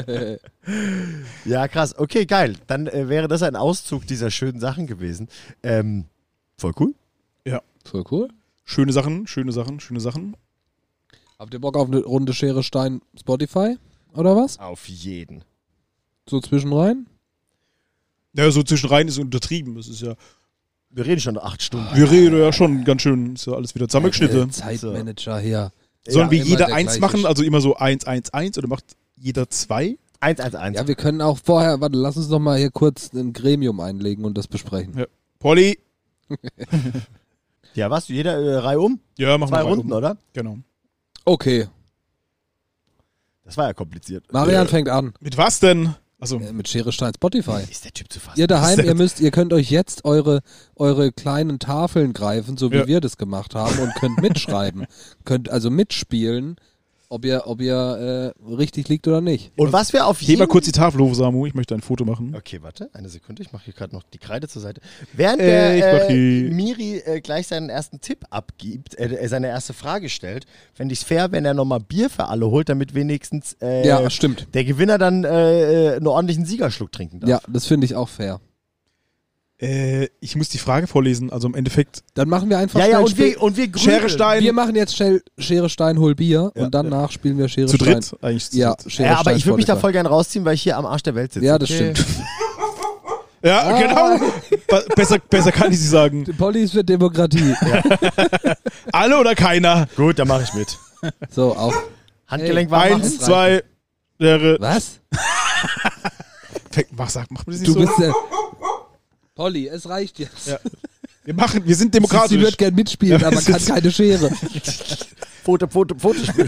Speaker 3: Ja, krass. Okay, geil. Dann wäre das ein Auszug dieser schönen Sachen gewesen. Voll cool.
Speaker 4: Voll cool.
Speaker 1: Schöne Sachen, schöne Sachen, schöne Sachen.
Speaker 4: Habt ihr Bock auf eine Runde Schere, Stein, Spotify? Oder was?
Speaker 3: Auf jeden.
Speaker 4: So zwischenrein?
Speaker 1: Ja, so zwischenrein ist untertrieben. Das ist ja,
Speaker 3: Wir reden schon 8 Stunden.
Speaker 1: wir reden ja schon ganz schön, ist ja alles wieder zusammengeschnitten.
Speaker 4: Zeitmanager hier.
Speaker 1: Sollen wir
Speaker 4: immer
Speaker 1: jeder
Speaker 4: der
Speaker 1: eins
Speaker 4: gleiche
Speaker 1: machen, also immer so 1, 1, 1 oder macht jeder 2?
Speaker 3: 111.
Speaker 4: Ja, wir können auch vorher, warte, lass uns doch mal hier kurz ein Gremium einlegen und das besprechen.
Speaker 1: Ja. Polly?
Speaker 3: Ja, was? Jeder Reihe um?
Speaker 1: Ja, machen
Speaker 3: 2
Speaker 1: wir
Speaker 3: Runden, oder?
Speaker 1: Genau.
Speaker 4: Okay,
Speaker 3: Das war ja kompliziert.
Speaker 4: Marian fängt an.
Speaker 1: Mit was denn? Also,
Speaker 4: Mit Schere, Stein, Spotify.
Speaker 3: Ist der Typ zu fassen?
Speaker 4: Ihr daheim, ihr könnt euch jetzt eure kleinen Tafeln greifen, so wie
Speaker 1: Ja.
Speaker 4: wir das gemacht haben und könnt mitschreiben. Könnt also mitspielen, ob ihr richtig liegt oder nicht.
Speaker 3: Und was wir auf
Speaker 1: heb mal
Speaker 3: jeden...
Speaker 1: kurz die Tafel hoch, Samu, ich möchte ein Foto machen.
Speaker 3: Okay, warte, eine Sekunde, ich mache hier gerade noch die Kreide zur Seite. Während
Speaker 1: Ich mach
Speaker 3: der
Speaker 1: die-
Speaker 3: Miri gleich seinen ersten Tipp abgibt, seine erste Frage stellt, fände ich es fair, wenn er nochmal Bier für alle holt, damit wenigstens
Speaker 4: Ja, stimmt.
Speaker 3: der Gewinner dann einen ordentlichen Siegerschluck trinken darf.
Speaker 4: Ja, das finde ich auch fair.
Speaker 1: Ich muss die Frage vorlesen, also im Endeffekt
Speaker 4: Dann machen wir einfach
Speaker 3: Ja,
Speaker 4: schnell
Speaker 3: und wir grübeln.
Speaker 1: Schere, Stein
Speaker 4: Wir machen jetzt schnell Schere, Stein, hol Bier
Speaker 3: Ja.
Speaker 4: und danach spielen wir Schere,
Speaker 1: zu
Speaker 4: Stein.
Speaker 1: dritt. Eigentlich zu
Speaker 4: Ja,
Speaker 1: dritt.
Speaker 4: Schere,
Speaker 3: Ja, aber
Speaker 4: Stein,
Speaker 3: ich würde mich da
Speaker 4: Spotify.
Speaker 3: voll gern rausziehen, weil ich hier am Arsch der Welt sitze.
Speaker 4: Ja, das
Speaker 3: okay?
Speaker 4: stimmt.
Speaker 1: Ja, genau. Besser kann ich sie sagen.
Speaker 4: Polly ist für Demokratie.
Speaker 1: Alle oder keiner?
Speaker 3: Gut, dann mache ich mit.
Speaker 4: So, auf.
Speaker 3: Handgelenk warm machen.
Speaker 1: 1, 2, wäre.
Speaker 4: Was?
Speaker 1: Mach mal das nicht
Speaker 4: Du
Speaker 1: so.
Speaker 4: bist der... Polly, es reicht jetzt.
Speaker 1: Ja. Wir sind
Speaker 4: Sie
Speaker 1: demokratisch.
Speaker 4: wird gern mitspielen,
Speaker 1: Ja,
Speaker 4: aber
Speaker 1: es
Speaker 4: kann
Speaker 1: ist-
Speaker 4: keine Schere.
Speaker 3: Fotospiel.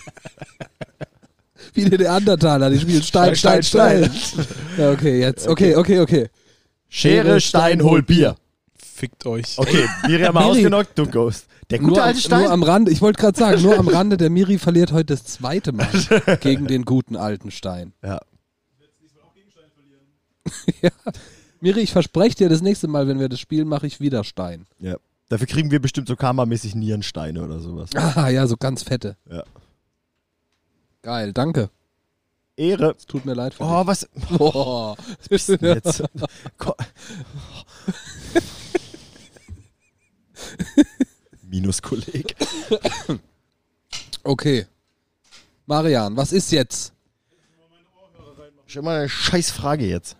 Speaker 4: Wie die Neandertaler, die spielen Stein, Stein, Stein. Ja, okay, jetzt. Okay.
Speaker 3: Schere, Stein, hol Bier.
Speaker 1: Fickt euch.
Speaker 3: Okay, Miriam mal
Speaker 4: Miri.
Speaker 3: ausgenockt, du Ghost. Der gute
Speaker 4: Nur
Speaker 3: alte Stein?
Speaker 4: am Rande, ich wollte gerade sagen, nur am Rande, der Miri verliert heute das 2. Mal gegen den guten alten Stein.
Speaker 3: Ja.
Speaker 4: Ja. Miri, ich verspreche dir, das nächste Mal, wenn wir das spielen, mache ich wieder Stein.
Speaker 3: Ja. Dafür kriegen wir bestimmt so karmamäßig Nierensteine oder sowas.
Speaker 4: Ah, ja, so ganz fette.
Speaker 3: Ja.
Speaker 4: Geil, danke.
Speaker 3: Ehre.
Speaker 4: Es tut mir leid für
Speaker 3: Oh, was
Speaker 4: dich. Boah.
Speaker 3: bist du denn jetzt? Minuskolleg.
Speaker 4: Okay. Marian, was ist jetzt?
Speaker 3: Schon mal eine scheiß Frage jetzt.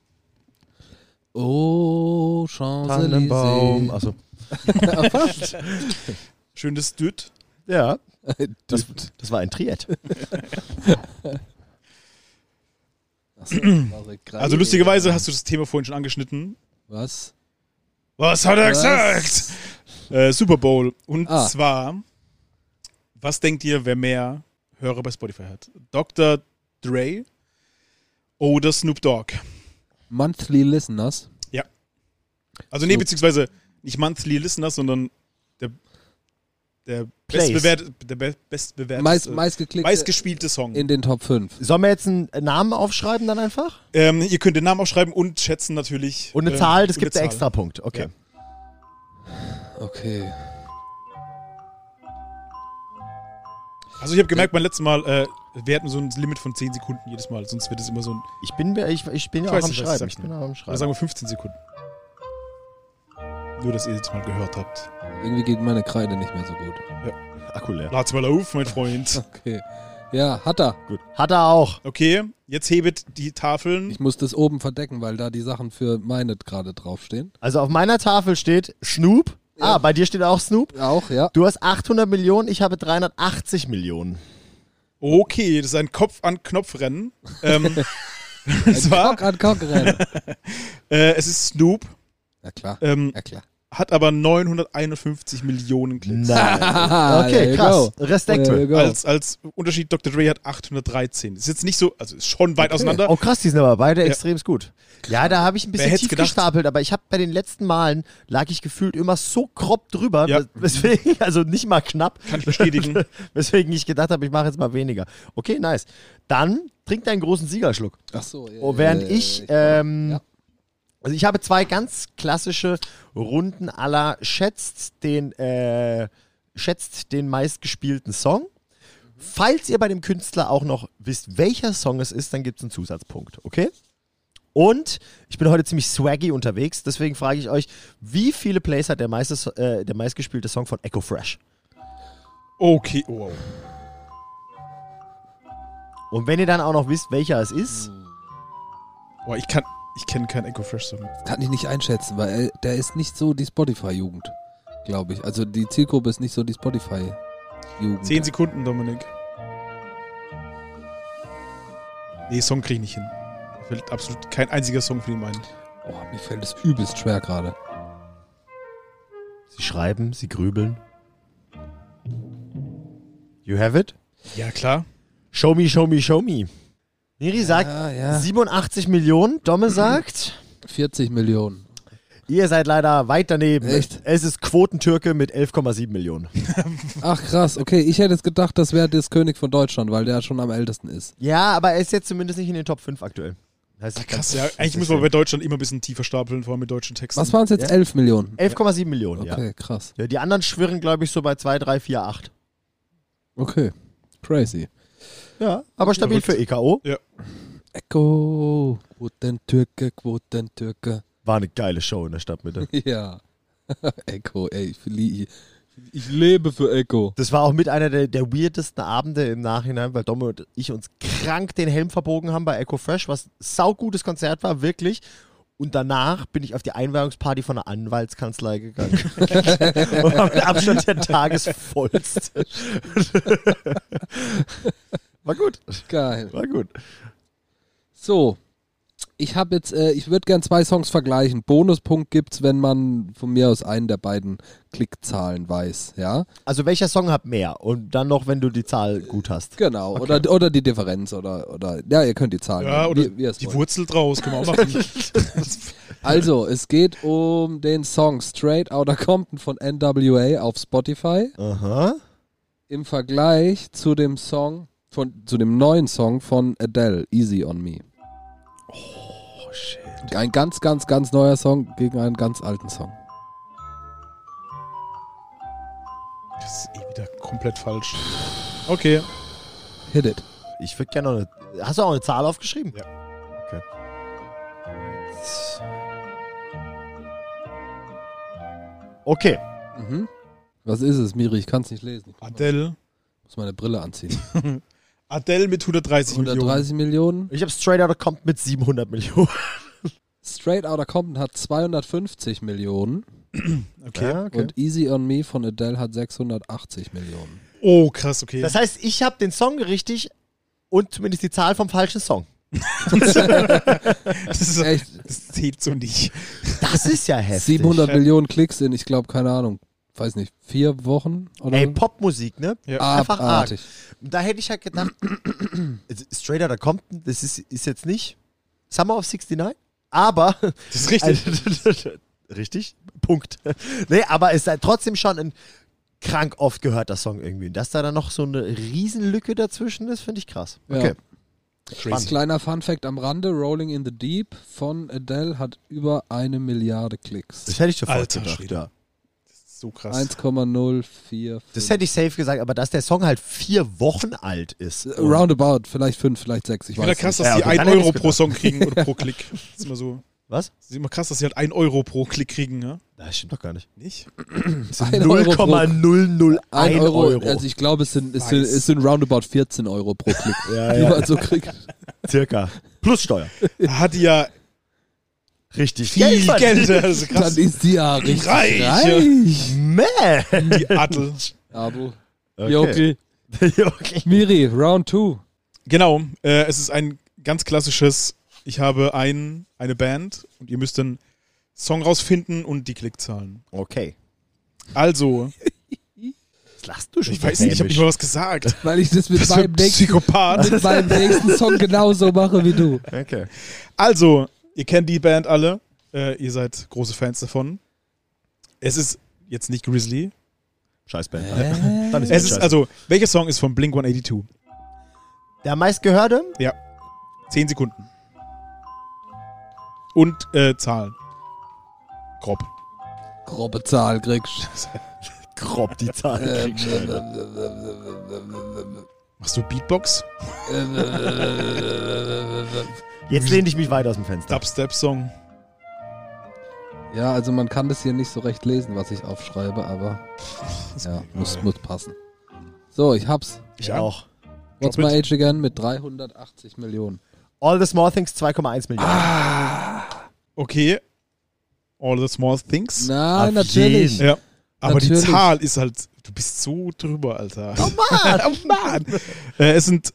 Speaker 4: Oh,
Speaker 3: Tannenbaum.
Speaker 4: Champs-Élysées.
Speaker 3: Achso.
Speaker 1: Schönes Düt.
Speaker 3: Ja, das
Speaker 4: Dude.
Speaker 3: war ein Triett.
Speaker 4: Achso,
Speaker 1: Also lustigerweise hast du das Thema vorhin schon angeschnitten.
Speaker 4: Was?
Speaker 1: Was hat er
Speaker 4: Was?
Speaker 1: gesagt? Super Bowl. Und
Speaker 4: Ah.
Speaker 1: zwar, was denkt ihr, wer mehr Hörer bei Spotify hat? Dr. Dre oder Snoop Dogg?
Speaker 4: Monthly Listeners.
Speaker 1: Also nee, beziehungsweise nicht Monthly Listeners, sondern der
Speaker 3: Plays.
Speaker 1: bestbewertete,
Speaker 4: Meistgeklickt
Speaker 1: meistgespielte Song.
Speaker 4: in den Top 5.
Speaker 3: Sollen wir jetzt einen Namen aufschreiben dann einfach?
Speaker 1: Ihr könnt den Namen aufschreiben und schätzen natürlich.
Speaker 3: Und eine Zahl, das
Speaker 1: und
Speaker 3: gibt
Speaker 1: eine
Speaker 3: einen
Speaker 1: Zahl.
Speaker 3: Extrapunkt. Okay.
Speaker 4: Okay.
Speaker 1: Also ich habe gemerkt, beim letzten Mal, wir hatten so ein Limit von 10 Sekunden jedes Mal, sonst wird es immer so ein,
Speaker 3: Ich bin ja
Speaker 1: Ich
Speaker 3: auch
Speaker 1: weiß
Speaker 3: am
Speaker 1: nicht, was
Speaker 3: Schreiben.
Speaker 1: ich
Speaker 3: Ich bin auch am
Speaker 1: oder
Speaker 3: Schreiben.
Speaker 1: sagen wir 15 Sekunden. Nur, dass ihr jetzt mal gehört habt.
Speaker 4: Irgendwie geht meine Kreide nicht mehr so gut.
Speaker 3: Akku leer.
Speaker 1: Lad's mal auf, mein Freund.
Speaker 4: Okay. Ja, hat er.
Speaker 3: Gut. Hat er auch.
Speaker 1: Okay, jetzt hebet die Tafeln.
Speaker 4: Ich muss das oben verdecken, weil da die Sachen für meine gerade draufstehen.
Speaker 3: Also auf meiner Tafel steht Snoop.
Speaker 4: Ja.
Speaker 3: Ah, bei dir steht auch Snoop.
Speaker 4: Auch, ja.
Speaker 3: Du hast 800 Millionen, ich habe 380 Millionen.
Speaker 1: Okay, das ist ein Kopf-an-Knopf-Rennen. Und zwar,
Speaker 4: Cock an Cock rennen.
Speaker 1: es ist Snoop,
Speaker 4: Ja klar.
Speaker 1: ja
Speaker 4: Klar.
Speaker 1: hat aber 951 Millionen Klicks.
Speaker 3: Nein.
Speaker 4: There
Speaker 3: Okay,
Speaker 4: you
Speaker 3: krass.
Speaker 4: go.
Speaker 3: Respekt.
Speaker 4: There you go.
Speaker 1: Als Unterschied, Dr. Dre hat 813. Ist jetzt nicht so, also ist schon weit auseinander.
Speaker 3: Oh krass, die sind aber beide
Speaker 1: Ja.
Speaker 3: extrem gut. Ja, da habe ich ein
Speaker 1: Wer
Speaker 3: bisschen
Speaker 1: hätt's
Speaker 3: tief
Speaker 1: gedacht?
Speaker 3: gestapelt, aber ich habe bei den letzten Malen, lag ich gefühlt immer so grob drüber,
Speaker 1: Ja.
Speaker 3: weswegen, also nicht mal knapp,
Speaker 1: Kann ich bestätigen.
Speaker 3: weswegen ich gedacht habe, ich mache jetzt mal weniger. Okay, nice. Dann trink deinen großen Siegerschluck.
Speaker 4: Ach so. Ja,
Speaker 3: Oh, während ich,
Speaker 4: ja.
Speaker 3: also ich habe zwei ganz klassische Runden aller schätzt den meistgespielten Song. Falls ihr bei dem Künstler auch noch wisst, welcher Song es ist, dann gibt es einen Zusatzpunkt, okay? Und ich bin heute ziemlich swaggy unterwegs, deswegen frage ich euch, wie viele Plays hat der meistgespielte Song von Echo Fresh?
Speaker 1: Okay, oh, wow.
Speaker 3: Und wenn ihr dann auch noch wisst, welcher es ist,
Speaker 1: Boah, ich kenne keinen Echo Fresh Song.
Speaker 4: Kann ich nicht einschätzen, weil der ist nicht so die Spotify-Jugend, glaube ich. Also die Zielgruppe ist nicht so die Spotify-Jugend.
Speaker 1: 10 Sekunden, Dominik. Nee, Song krieg ich nicht hin. Mir fällt absolut kein einziger Song für ihn ein.
Speaker 4: Oh, mir fällt es übelst schwer gerade.
Speaker 3: sie schreiben, sie grübeln. You have it?
Speaker 1: Ja, klar.
Speaker 3: Show me, show me, show me. Miri sagt
Speaker 4: ja.
Speaker 3: 87 Millionen, Domme sagt,
Speaker 4: 40 Millionen.
Speaker 3: ihr seid leider weit daneben.
Speaker 4: Echt?
Speaker 3: Es ist Quotentürke mit 11,7 Millionen.
Speaker 4: Ach krass, okay. Ich hätte jetzt gedacht, das wäre das König von Deutschland, weil der schon am ältesten ist.
Speaker 3: Ja, aber er ist jetzt zumindest nicht in den Top 5 aktuell. Heißt,
Speaker 1: Ach, krass, ja. Eigentlich müssen wir bei Deutschland immer ein bisschen tiefer stapeln, vor allem mit deutschen Texten.
Speaker 4: Was waren es jetzt?
Speaker 3: Ja.
Speaker 4: 11 Millionen?
Speaker 3: 11,7 Millionen,
Speaker 4: Okay,
Speaker 3: ja.
Speaker 4: krass.
Speaker 3: Ja. Die anderen schwirren, glaube ich, so bei 2, 3, 4, 8.
Speaker 4: Okay. Crazy.
Speaker 3: Ja, aber stabil für EKO.
Speaker 4: Echo, Quotentürke.
Speaker 3: War eine geile Show in der Stadtmitte.
Speaker 4: Ja. Echo, ey, ich lebe für Echo.
Speaker 3: Das war auch mit einer der weirdesten Abende im Nachhinein, weil Domme und ich uns krank den Helm verbogen haben bei Echo Fresh, was saugutes Konzert war, wirklich. Und danach bin ich auf die Einweihungsparty von einer Anwaltskanzlei gegangen. Und war mit Abstand der Tagesvollste. War gut.
Speaker 4: Geil.
Speaker 3: War gut.
Speaker 4: So, ich habe jetzt, ich würde gern 2 Songs vergleichen. Bonuspunkt gibt's, wenn man von mir aus einen der beiden Klickzahlen weiß, ja?
Speaker 3: Also welcher Song hat mehr? Und dann noch, wenn du die Zahl gut hast.
Speaker 4: Genau,
Speaker 3: Okay.
Speaker 4: oder die Differenz oder ja, ihr könnt die Zahlen.
Speaker 1: Ja,
Speaker 4: nehmen,
Speaker 1: oder
Speaker 4: wie ihr es
Speaker 1: die
Speaker 4: wollt.
Speaker 1: Wurzel draus, können wir auch machen.
Speaker 4: Also, es geht um den Song Straight Outta Compton von NWA auf Spotify
Speaker 3: Aha.
Speaker 4: im Vergleich zu dem neuen Song von Adele, Easy on Me.
Speaker 3: Oh, shit.
Speaker 4: Ein ganz, ganz, ganz neuer Song gegen einen ganz alten Song.
Speaker 1: Das ist wieder komplett falsch. Okay.
Speaker 4: Hit it.
Speaker 3: Ich würde gerne noch eine... Hast du auch eine Zahl aufgeschrieben?
Speaker 1: Ja.
Speaker 3: Okay. Okay.
Speaker 4: Mhm. Was ist es, Miri? Ich kann es nicht lesen. Ich
Speaker 1: Adele.
Speaker 4: muss meine Brille anziehen.
Speaker 1: Adele mit 130 Millionen.
Speaker 4: 130 Millionen.
Speaker 3: Ich habe Straight Outta Compton mit 700 Millionen.
Speaker 4: Straight Outta Compton hat 250 Millionen.
Speaker 1: Okay.
Speaker 3: Ja, okay.
Speaker 4: Und Easy on Me von Adele hat 680 Millionen.
Speaker 1: Oh, krass, okay.
Speaker 3: Das heißt, ich habe den Song richtig und zumindest die Zahl vom falschen Song.
Speaker 1: Das, ist,
Speaker 4: Echt?
Speaker 1: das zählt so nicht.
Speaker 3: Das ist ja heftig.
Speaker 4: 700 Millionen Klicks in, ich glaube, keine Ahnung, weiß nicht, 4 Wochen oder
Speaker 3: Ey,
Speaker 4: so?
Speaker 3: Popmusik, ne?
Speaker 1: Ja.
Speaker 3: Einfach arg.
Speaker 4: Abartig.
Speaker 3: Da hätte ich halt gedacht, Straight Outta Compton, das ist jetzt nicht Summer of 69, aber
Speaker 1: Das ist richtig.
Speaker 3: Also, richtig, Punkt. Nee, aber es ist halt trotzdem schon ein krank oft gehörter Song irgendwie. Dass da dann noch so eine Riesenlücke dazwischen ist, finde ich krass.
Speaker 4: Ja.
Speaker 3: Okay.
Speaker 1: Crazy.
Speaker 4: Kleiner Funfact am Rande, Rolling in the Deep von Adele hat über 1 Milliarde Klicks.
Speaker 3: Das hätte ich sofort
Speaker 1: Alter
Speaker 3: gedacht,
Speaker 1: Schwede.
Speaker 3: ja.
Speaker 1: So krass.
Speaker 4: 1,045.
Speaker 3: Das hätte ich safe gesagt, aber dass der Song halt 4 Wochen alt ist.
Speaker 4: Roundabout, vielleicht 5, vielleicht 6, ich
Speaker 1: Ich finde
Speaker 4: weiß
Speaker 1: krass,
Speaker 4: nicht.
Speaker 1: dass
Speaker 3: Ja,
Speaker 1: die
Speaker 3: okay,
Speaker 1: 1
Speaker 3: dann hätte
Speaker 1: Euro
Speaker 3: ich's
Speaker 1: pro Song kriegen oder pro Klick. Das ist immer so.
Speaker 3: Was?
Speaker 1: Das ist immer krass, dass sie halt 1 Euro pro Klick kriegen, ne?
Speaker 3: Das stimmt doch gar nicht.
Speaker 1: Nicht?
Speaker 4: 1 Euro pro-
Speaker 3: 0,001
Speaker 4: 1
Speaker 3: Euro.
Speaker 4: Also ich glaube, es sind roundabout 14 Euro pro Klick,
Speaker 3: Ja,
Speaker 4: die
Speaker 3: ja.
Speaker 4: man so kriegt.
Speaker 3: Circa. Plus Steuer.
Speaker 1: Da hat die ja
Speaker 3: Richtig.
Speaker 1: viel
Speaker 3: verdient.
Speaker 1: Geld. Das ist krass.
Speaker 4: Dann ist die ja richtig
Speaker 1: Reich.
Speaker 4: reich.
Speaker 3: Man.
Speaker 1: Die Adel.
Speaker 4: Abo.
Speaker 3: Okay.
Speaker 4: Ja, okay.
Speaker 3: Okay.
Speaker 4: Miri, Round 2.
Speaker 1: Genau, es ist ein ganz klassisches, ich habe eine Band und ihr müsst einen Song rausfinden und die Klickzahlen.
Speaker 3: Okay.
Speaker 1: Also,
Speaker 3: Was lachst du schon?
Speaker 1: ich weiß nicht, ich habe nicht mal was gesagt.
Speaker 4: Weil ich das mit
Speaker 1: Was für ein
Speaker 4: meinem nächsten,
Speaker 1: Psychopath.
Speaker 4: mit meinem nächsten Song genauso mache wie du.
Speaker 3: Okay.
Speaker 1: Also, ihr kennt die Band alle, ihr seid große Fans davon. Es ist jetzt nicht Grizzly.
Speaker 3: Scheiß Band. Dann ist
Speaker 1: Es ist,
Speaker 3: scheiße.
Speaker 1: also, welcher Song ist von Blink 182?
Speaker 3: Der meistgehörte?
Speaker 1: 10 Sekunden. Und Zahlen. Grob.
Speaker 4: Grobe Zahl kriegst.
Speaker 3: Grob die Zahl. kriegst du, Alter.
Speaker 1: Machst du Beatbox?
Speaker 3: Jetzt lehne ich mich weit aus dem Fenster.
Speaker 1: Dubstep-Song?
Speaker 4: Ja, also man kann das hier nicht so recht lesen, was ich aufschreibe, aber ja, muss passen. So, ich hab's.
Speaker 3: Ich
Speaker 1: Ja.
Speaker 3: auch.
Speaker 4: What's
Speaker 1: Drop
Speaker 4: my
Speaker 1: it.
Speaker 4: age again mit 380 Millionen.
Speaker 3: All the Small Things 2,1 Millionen.
Speaker 1: Okay. All the Small Things.
Speaker 4: Nein,
Speaker 3: Auf
Speaker 4: natürlich.
Speaker 3: jeden.
Speaker 1: Ja. Aber
Speaker 4: Natürlich.
Speaker 1: die Zahl ist halt, du bist so drüber, Alter. Oh Mann! Oh Mann! Es sind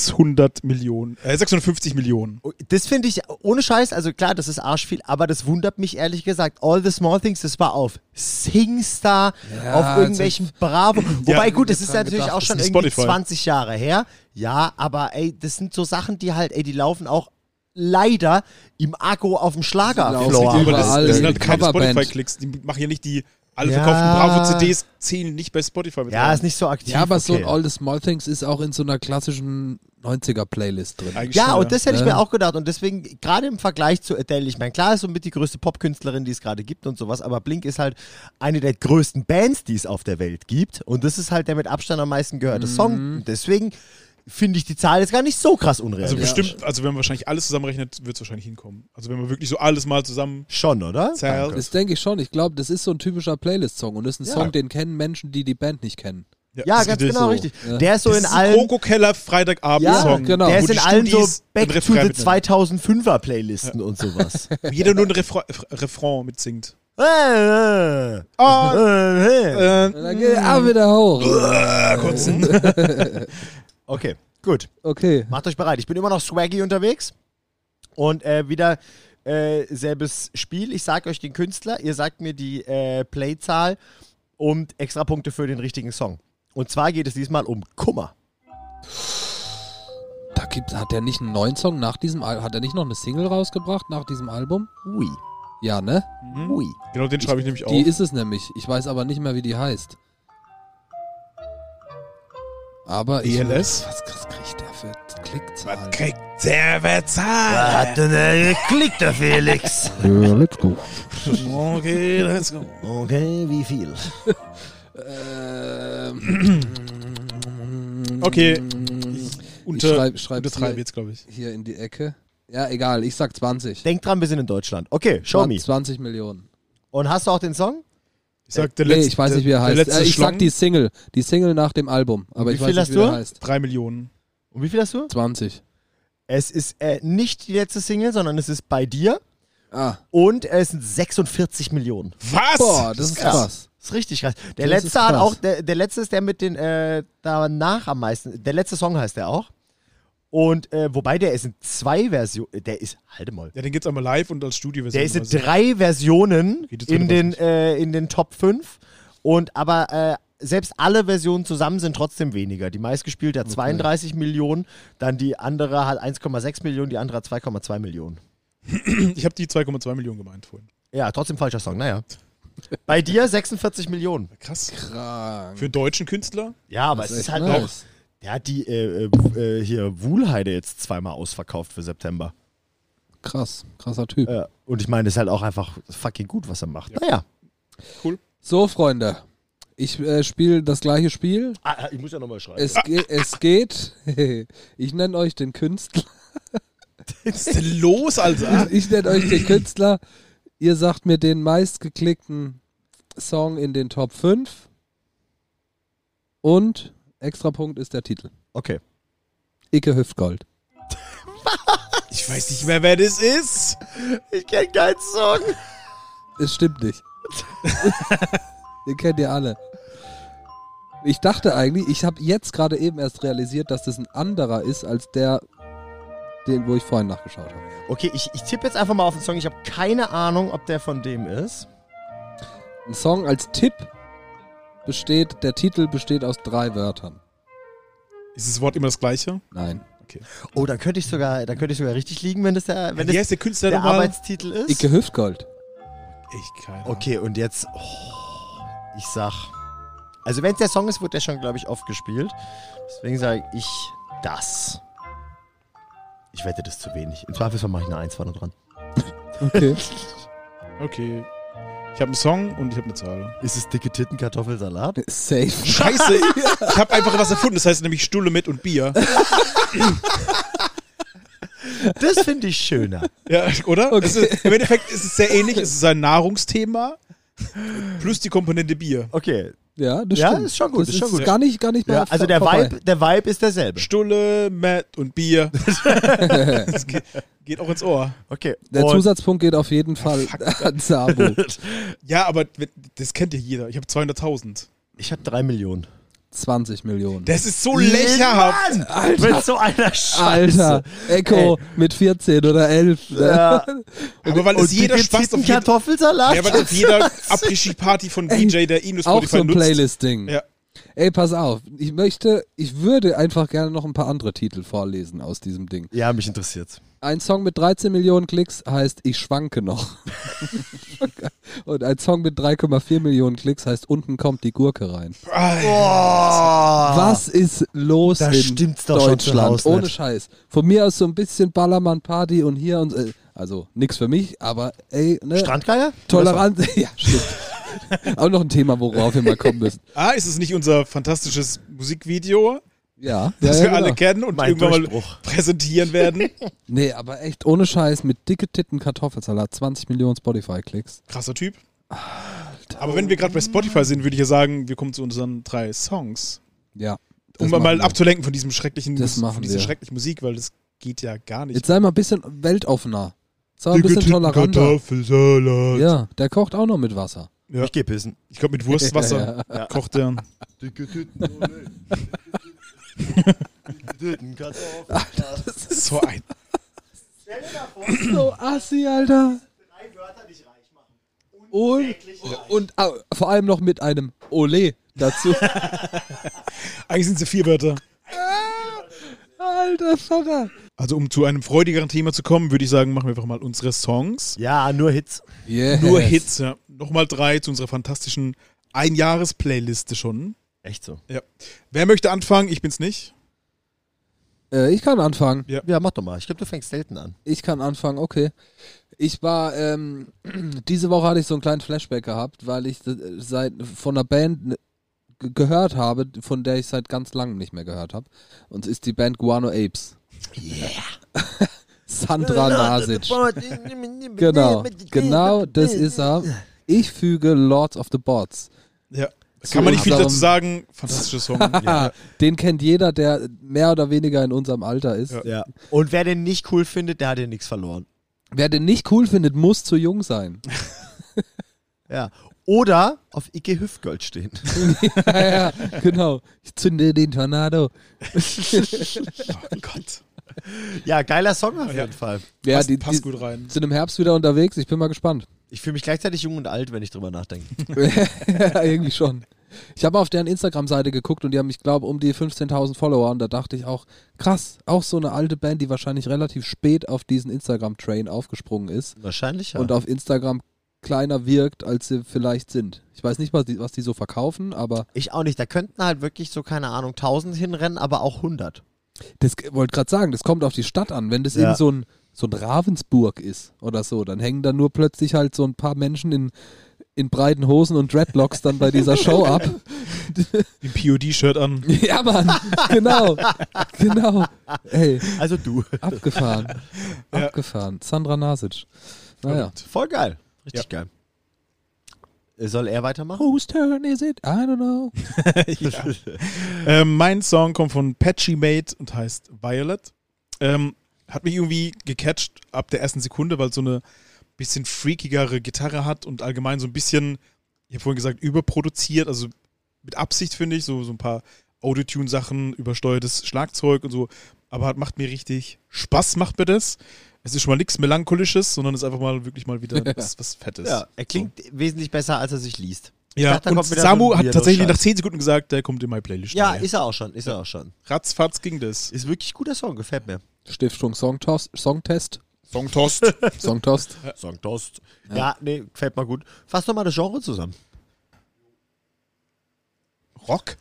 Speaker 1: 650 Millionen.
Speaker 3: Das finde ich, ohne Scheiß, also klar, das ist arschviel, aber das wundert mich ehrlich gesagt. All the Small Things, das war auf Singstar,
Speaker 4: Ja,
Speaker 3: auf irgendwelchen Bravo. Wobei gut, das ist
Speaker 4: dran
Speaker 3: natürlich
Speaker 4: gedacht,
Speaker 3: auch
Speaker 1: das
Speaker 3: schon
Speaker 1: ist
Speaker 3: irgendwie
Speaker 1: Spotify.
Speaker 3: 20 Jahre her. Ja, aber ey, das sind so Sachen, die halt, ey, die laufen auch leider im Akku auf dem
Speaker 4: Die
Speaker 3: Schlagerfloor.
Speaker 4: laufen
Speaker 1: Aber
Speaker 4: überall.
Speaker 1: das sind halt
Speaker 4: Die
Speaker 1: keine
Speaker 4: Coverband.
Speaker 1: Spotify-Klicks. Die machen ja nicht die, alle
Speaker 3: Ja.
Speaker 1: verkauften Bravo-CDs zählen nicht bei Spotify mit
Speaker 3: Ja,
Speaker 1: rein.
Speaker 3: ist nicht so aktiv.
Speaker 4: Ja, aber so
Speaker 3: okay.
Speaker 4: ein All the Small Things ist auch in so einer klassischen 90er-Playlist drin.
Speaker 1: Eigentlich
Speaker 3: Ja,
Speaker 1: schon,
Speaker 3: und das hätte ich
Speaker 4: Ja.
Speaker 3: mir auch gedacht. Und deswegen, gerade im Vergleich zu Adele, ich meine, klar ist somit die größte Popkünstlerin, die es gerade gibt und sowas, aber Blink ist halt eine der größten Bands, die es auf der Welt gibt. Und das ist halt der mit Abstand am meisten gehörte Song. Und deswegen finde ich die Zahl jetzt gar nicht so krass
Speaker 1: Also
Speaker 3: unrealistisch.
Speaker 1: bestimmt, also wenn man wahrscheinlich alles zusammenrechnet, wird es wahrscheinlich hinkommen. Also wenn man wirklich so alles mal zusammen
Speaker 3: Schon, oder?
Speaker 1: zählt.
Speaker 4: Das denke ich schon. Ich glaube, das ist so ein typischer Playlist-Song und das ist ein
Speaker 3: Ja.
Speaker 4: Song, den kennen Menschen, die die Band nicht kennen.
Speaker 3: Ja,
Speaker 1: das
Speaker 3: ganz
Speaker 1: geht
Speaker 3: genau,
Speaker 1: so.
Speaker 3: richtig.
Speaker 4: Ja.
Speaker 3: Der ist so
Speaker 1: Das
Speaker 3: in
Speaker 1: ist ein
Speaker 3: allen...
Speaker 1: Kroko-Keller Freitagabend-Song.
Speaker 4: Ja, genau.
Speaker 3: Der
Speaker 1: wo
Speaker 3: ist in
Speaker 1: die
Speaker 3: allen so
Speaker 1: Studis
Speaker 3: Back
Speaker 1: ein
Speaker 3: to
Speaker 1: Refrain
Speaker 3: the
Speaker 1: mitnehmen.
Speaker 3: 2005er Playlisten und sowas.
Speaker 1: Wo jeder nur ein Refrain mitsingt.
Speaker 3: Äh,
Speaker 1: Und dann
Speaker 4: Und dann geht er wieder hoch.
Speaker 3: Okay, gut.
Speaker 4: Okay.
Speaker 3: Macht euch bereit. Ich bin immer noch swaggy unterwegs. Und wieder selbes Spiel. Ich sage euch den Künstler, ihr sagt mir die Playzahl und Extrapunkte für den richtigen Song. Und zwar geht es diesmal um Kummer.
Speaker 4: Hat der nicht einen neuen Song nach diesem Album? Hat er nicht noch eine Single rausgebracht nach diesem Album?
Speaker 3: Ui.
Speaker 4: Ja, ne?
Speaker 3: Ui.
Speaker 1: Genau, den schreibe ich nämlich auf.
Speaker 4: Die ist es nämlich. Ich weiß aber nicht mehr, wie die heißt. Aber ich...
Speaker 1: ELS?
Speaker 4: Was kriegt der für Klickzahlen?
Speaker 1: Was kriegt der bezahlt?
Speaker 3: Hat denn geklickt, der Felix?
Speaker 4: Ja, let's go.
Speaker 1: Okay, let's go.
Speaker 3: Okay, wie viel?
Speaker 1: Okay.
Speaker 4: Ich schreib's
Speaker 1: Untertreibe
Speaker 4: hier,
Speaker 1: jetzt, glaube ich.
Speaker 4: hier in die Ecke. Ja, egal. Ich sag 20.
Speaker 3: Denkt dran, wir sind in Deutschland. Okay, show me.
Speaker 4: 20 Millionen.
Speaker 3: Und hast du auch den Song?
Speaker 1: Ich sag, der
Speaker 4: Nee,
Speaker 1: letzte,
Speaker 4: ich weiß nicht, wie er
Speaker 1: der
Speaker 4: heißt.
Speaker 1: letzte
Speaker 4: Ich sag
Speaker 1: Schlong,
Speaker 4: die Single. Die Single nach dem Album. Aber
Speaker 3: Wie
Speaker 4: ich
Speaker 3: viel
Speaker 4: weiß
Speaker 3: hast
Speaker 4: nicht, wie
Speaker 3: du?
Speaker 4: er heißt.
Speaker 1: 3 Millionen.
Speaker 3: Und wie viel hast du?
Speaker 4: 20.
Speaker 3: Es ist nicht die letzte Single, sondern es ist bei dir.
Speaker 4: Ah.
Speaker 3: Und es sind 46 Millionen.
Speaker 1: Was?
Speaker 4: Boah, das ist
Speaker 3: krass.
Speaker 4: krass.
Speaker 3: Das ist richtig krass. Der
Speaker 4: Das
Speaker 3: letzte
Speaker 4: ist
Speaker 3: hat
Speaker 4: krass.
Speaker 3: auch, der letzte ist der mit den danach am meisten. Der letzte Song heißt der auch. Und wobei der ist in 2 Versionen, halte mal.
Speaker 1: Ja, den gibt's einmal live und als Studioversion.
Speaker 3: Der ist in 3 Versionen
Speaker 1: Geht jetzt
Speaker 3: in
Speaker 1: wieder
Speaker 3: den Top 5. Aber selbst alle Versionen zusammen sind trotzdem weniger. Die meistgespielte hat 32 Millionen, dann die andere hat 1,6 Millionen, die andere hat 2,2 Millionen.
Speaker 1: Ich habe die 2,2 Millionen gemeint vorhin.
Speaker 3: Ja, trotzdem falscher Song, naja. Bei dir 46 Millionen.
Speaker 1: Krass.
Speaker 4: Krank.
Speaker 1: Für einen deutschen Künstler?
Speaker 3: Ja, aber
Speaker 4: Das
Speaker 3: es ist
Speaker 4: echt
Speaker 3: halt
Speaker 4: nice.
Speaker 3: auch. Der hat die hier Wuhlheide jetzt 2-mal ausverkauft für September.
Speaker 4: Krass, krasser Typ.
Speaker 3: Und ich meine, es ist halt auch einfach fucking gut, was er macht.
Speaker 1: Ja.
Speaker 3: Naja.
Speaker 4: So, Freunde. Ich spiele das gleiche Spiel.
Speaker 3: Ich muss ja nochmal schreiben.
Speaker 4: Es geht. Ich nenne euch den Künstler.
Speaker 1: Was ist denn los, Alter?
Speaker 4: Ich nenne euch den Künstler. Ihr sagt mir den meistgeklickten Song in den Top 5. Und Extrapunkt ist der Titel.
Speaker 3: Okay.
Speaker 4: Icke Hüftgold.
Speaker 1: Ich weiß nicht mehr, wer das ist.
Speaker 3: Ich kenne keinen Song.
Speaker 4: Es stimmt nicht. Den kennt ihr alle. Ich dachte eigentlich, ich habe jetzt gerade eben erst realisiert, dass das ein anderer ist als der, den, wo ich vorhin nachgeschaut habe.
Speaker 3: Okay, ich tippe jetzt einfach mal auf den Song. Ich habe keine Ahnung, ob der von dem ist.
Speaker 4: Ein Song als Tipp der Titel besteht aus 3 Wörtern.
Speaker 1: Ist das Wort immer das gleiche?
Speaker 4: Nein.
Speaker 3: Oh, dann könnte ich sogar richtig liegen, wenn das der
Speaker 1: Wie heißt der Künstler
Speaker 3: der
Speaker 1: nochmal?
Speaker 3: Arbeitstitel ist.
Speaker 4: Icke Hüftgold.
Speaker 1: Ich keine Ahnung.
Speaker 3: Okay, und jetzt, ich sag, also wenn es der Song ist, wird der schon, glaube ich, oft gespielt. Deswegen sage ich das. Ich wette, das ist zu wenig. Im Zweifelsfall mache ich eine 1 vorne dran.
Speaker 4: Okay.
Speaker 1: Okay. Ich habe einen Song und ich habe eine Zahl.
Speaker 3: Ist es dicke Titten, Kartoffelsalat?
Speaker 4: Safe.
Speaker 1: Scheiße, ich habe einfach was erfunden. Das heißt nämlich Stulle mit und Bier.
Speaker 3: Das finde ich schöner.
Speaker 1: Ja, oder?
Speaker 4: Okay.
Speaker 1: Im Endeffekt ist es sehr ähnlich. Es ist ein Nahrungsthema plus die Komponente Bier.
Speaker 3: Okay.
Speaker 4: Ja, das
Speaker 3: Ja,
Speaker 4: stimmt.
Speaker 3: ist schon gut,
Speaker 4: Das
Speaker 3: ist schon gut.
Speaker 4: Gar nicht mal
Speaker 3: Ja, also der
Speaker 4: vorbei.
Speaker 3: Vibe ist derselbe.
Speaker 1: Stulle, Matt und Bier. Das geht auch ins Ohr.
Speaker 3: Okay.
Speaker 4: Der
Speaker 3: und
Speaker 4: Zusatzpunkt geht auf jeden Fall an Sabo.
Speaker 1: Ja, aber das kennt ja jeder. Ich habe 200.000.
Speaker 3: ich habe 3 Millionen.
Speaker 4: 20 Millionen.
Speaker 1: Das ist so lächerhaft.
Speaker 3: Alter. Mit so einer Scheiße.
Speaker 4: Alter, Echo mit 14 oder 11. Ne?
Speaker 3: Ja.
Speaker 1: Aber weil es jeder Spaß auf jeden
Speaker 3: Kartoffelsalat.
Speaker 1: Ja, weil auf jeder Abregie-Party von DJ, der ihn
Speaker 4: Auch so ein
Speaker 1: nutzt.
Speaker 4: Playlist-Ding.
Speaker 1: Ja.
Speaker 4: Ey, pass auf. Ich würde einfach gerne noch ein paar andere Titel vorlesen aus diesem Ding.
Speaker 3: Ja, mich interessiert's.
Speaker 4: Ein Song mit 13 Millionen Klicks heißt Ich schwanke noch. Und ein Song mit 3,4 Millionen Klicks heißt Unten kommt die Gurke rein. Was ist los
Speaker 3: Da
Speaker 4: in
Speaker 3: stimmt's doch schon zu
Speaker 4: Deutschland?
Speaker 3: Hause
Speaker 4: Ohne
Speaker 3: nicht.
Speaker 4: Scheiß. Von mir aus so ein bisschen Ballermann-Party und hier und also nix für mich, aber ey, ne?
Speaker 3: Strandgeier?
Speaker 4: Toleranz. Ja, stimmt. Auch noch ein Thema, worauf wir mal kommen müssen.
Speaker 1: Ist es nicht unser fantastisches Musikvideo,
Speaker 4: Ja.
Speaker 1: das
Speaker 4: ja,
Speaker 1: wir
Speaker 4: genau.
Speaker 1: alle kennen und
Speaker 3: Mein
Speaker 1: irgendwann
Speaker 3: Durchbruch.
Speaker 1: mal präsentieren werden?
Speaker 4: Nee, aber echt ohne Scheiß mit dicke Titten Kartoffelsalat, 20 Millionen Spotify-Klicks.
Speaker 1: Krasser Typ. Aber wenn wir gerade bei Spotify sind, würde ich ja sagen, wir kommen zu unseren 3 Songs.
Speaker 4: Ja.
Speaker 1: Um
Speaker 4: das
Speaker 1: mal
Speaker 4: machen wir.
Speaker 1: abzulenken von diesem schrecklichen
Speaker 4: Das machen
Speaker 1: von dieser
Speaker 4: wir.
Speaker 1: schrecklichen Musik, weil das geht ja gar nicht.
Speaker 4: Jetzt sei mal ein bisschen weltoffener. Sei mal ein bisschen toleranter.
Speaker 1: Kartoffelsalat.
Speaker 4: Ja, der kocht auch noch mit Wasser.
Speaker 1: Ja.
Speaker 3: Ich geh pissen.
Speaker 1: Ich glaube, mit Wurstwasser kocht der.
Speaker 3: Dicke Titten, Titten, Kartoffelsalat.
Speaker 1: So ein.
Speaker 3: Stell dir mal vor,
Speaker 4: So assi, Alter.
Speaker 3: 3 Wörter dich reich machen.
Speaker 4: Und vor allem noch mit einem Ole dazu.
Speaker 1: Eigentlich sind es 4 Wörter.
Speaker 4: Alter Vater.
Speaker 1: Also um zu einem freudigeren Thema zu kommen, würde ich sagen, machen wir einfach mal unsere Songs.
Speaker 3: Ja, nur Hits.
Speaker 4: Yes.
Speaker 1: Nur Hits, ja. Nochmal 3 zu unserer fantastischen Einjahres-Playliste schon.
Speaker 3: Echt so.
Speaker 1: Ja. Wer möchte anfangen? Ich bin's nicht.
Speaker 4: Ich kann anfangen.
Speaker 3: Ja, mach doch mal. Ich glaube, du fängst selten an.
Speaker 4: Ich kann anfangen, okay. Ich war, diese Woche hatte ich so einen kleinen Flashback gehabt, weil ich von einer Band gehört habe, von der ich seit ganz langem nicht mehr gehört habe. Und es ist die Band Guano Apes.
Speaker 3: Yeah.
Speaker 4: Sandra Nasic. Genau, das ist er. Ich füge Lords of the Bots.
Speaker 1: Ja. Kann man nicht viel
Speaker 4: darum-
Speaker 1: dazu sagen. Fantastischer Song. Ja.
Speaker 4: Den kennt jeder, der mehr oder weniger in unserem Alter ist.
Speaker 1: Ja.
Speaker 3: Ja. Und wer den nicht cool findet, der hat ja nichts verloren.
Speaker 4: Wer den nicht cool findet, muss zu jung sein.
Speaker 3: Ja. Oder auf Icke Hüftgold stehen.
Speaker 4: Ja, genau. Ich zünde den Tornado.
Speaker 1: Oh Gott.
Speaker 3: Ja, geiler Song auf jeden Fall.
Speaker 4: Ja,
Speaker 1: passt gut rein.
Speaker 4: sind im Herbst wieder unterwegs. Ich bin mal gespannt.
Speaker 3: Ich fühle mich gleichzeitig jung und alt, wenn ich drüber nachdenke.
Speaker 4: Ja, irgendwie schon. Ich habe auf deren Instagram-Seite geguckt und die haben, ich glaube, um die 15.000 Follower und da dachte ich auch, krass, auch so eine alte Band, die wahrscheinlich relativ spät auf diesen Instagram-Train aufgesprungen ist
Speaker 3: Wahrscheinlich, ja.
Speaker 4: und auf Instagram kleiner wirkt, als sie vielleicht sind. Ich weiß nicht, was die so verkaufen, aber
Speaker 3: Ich auch nicht. Da könnten halt wirklich so, keine Ahnung, 1000 hinrennen, aber auch 100.
Speaker 4: das wollte gerade sagen, das kommt auf die Stadt an. Wenn das
Speaker 3: Ja.
Speaker 4: eben so ein Ravensburg ist oder so, dann hängen da nur plötzlich halt so ein paar Menschen in breiten Hosen und Dreadlocks dann bei dieser Show ab.
Speaker 1: Ein POD-Shirt an.
Speaker 4: Ja, Mann, genau. Ey,
Speaker 3: Also du.
Speaker 4: abgefahren.
Speaker 1: Ja.
Speaker 4: Abgefahren. Sandra Nasic. Naja.
Speaker 3: Voll geil. Richtig geil. Soll er weitermachen?
Speaker 4: Whose turn is it? I don't know.
Speaker 1: Mein Song kommt von Patchy Mate und heißt Violet. Hat mich irgendwie gecatcht ab der ersten Sekunde, weil es so eine bisschen freakigere Gitarre hat und allgemein so ein bisschen, ich habe vorhin gesagt, überproduziert, also mit Absicht finde ich, so ein paar Autotune-Sachen, übersteuertes Schlagzeug und so, aber macht mir richtig Spaß, macht mir das. Es ist schon mal nichts Melancholisches, sondern es ist einfach mal wirklich mal wieder was Fettes.
Speaker 3: Ja, er klingt wesentlich besser, als er sich liest.
Speaker 1: Ja,
Speaker 3: dachte, da
Speaker 1: und
Speaker 3: kommt wieder
Speaker 1: Samu
Speaker 3: so ein
Speaker 1: hat tatsächlich
Speaker 3: Weirdo-Scheiß.
Speaker 1: nach 10 Sekunden gesagt, der kommt in meine Playlist.
Speaker 3: Ja,
Speaker 1: rein.
Speaker 3: ist er auch schon. Ist er auch schon.
Speaker 1: Ratzfatz ging das.
Speaker 3: Ist wirklich guter Song, gefällt mir.
Speaker 4: Stiftung Songtest.
Speaker 1: Songtost.
Speaker 4: Songtost.
Speaker 3: Songtost. Ja, nee, gefällt mir gut. Fass doch mal das Genre zusammen.
Speaker 1: Rock?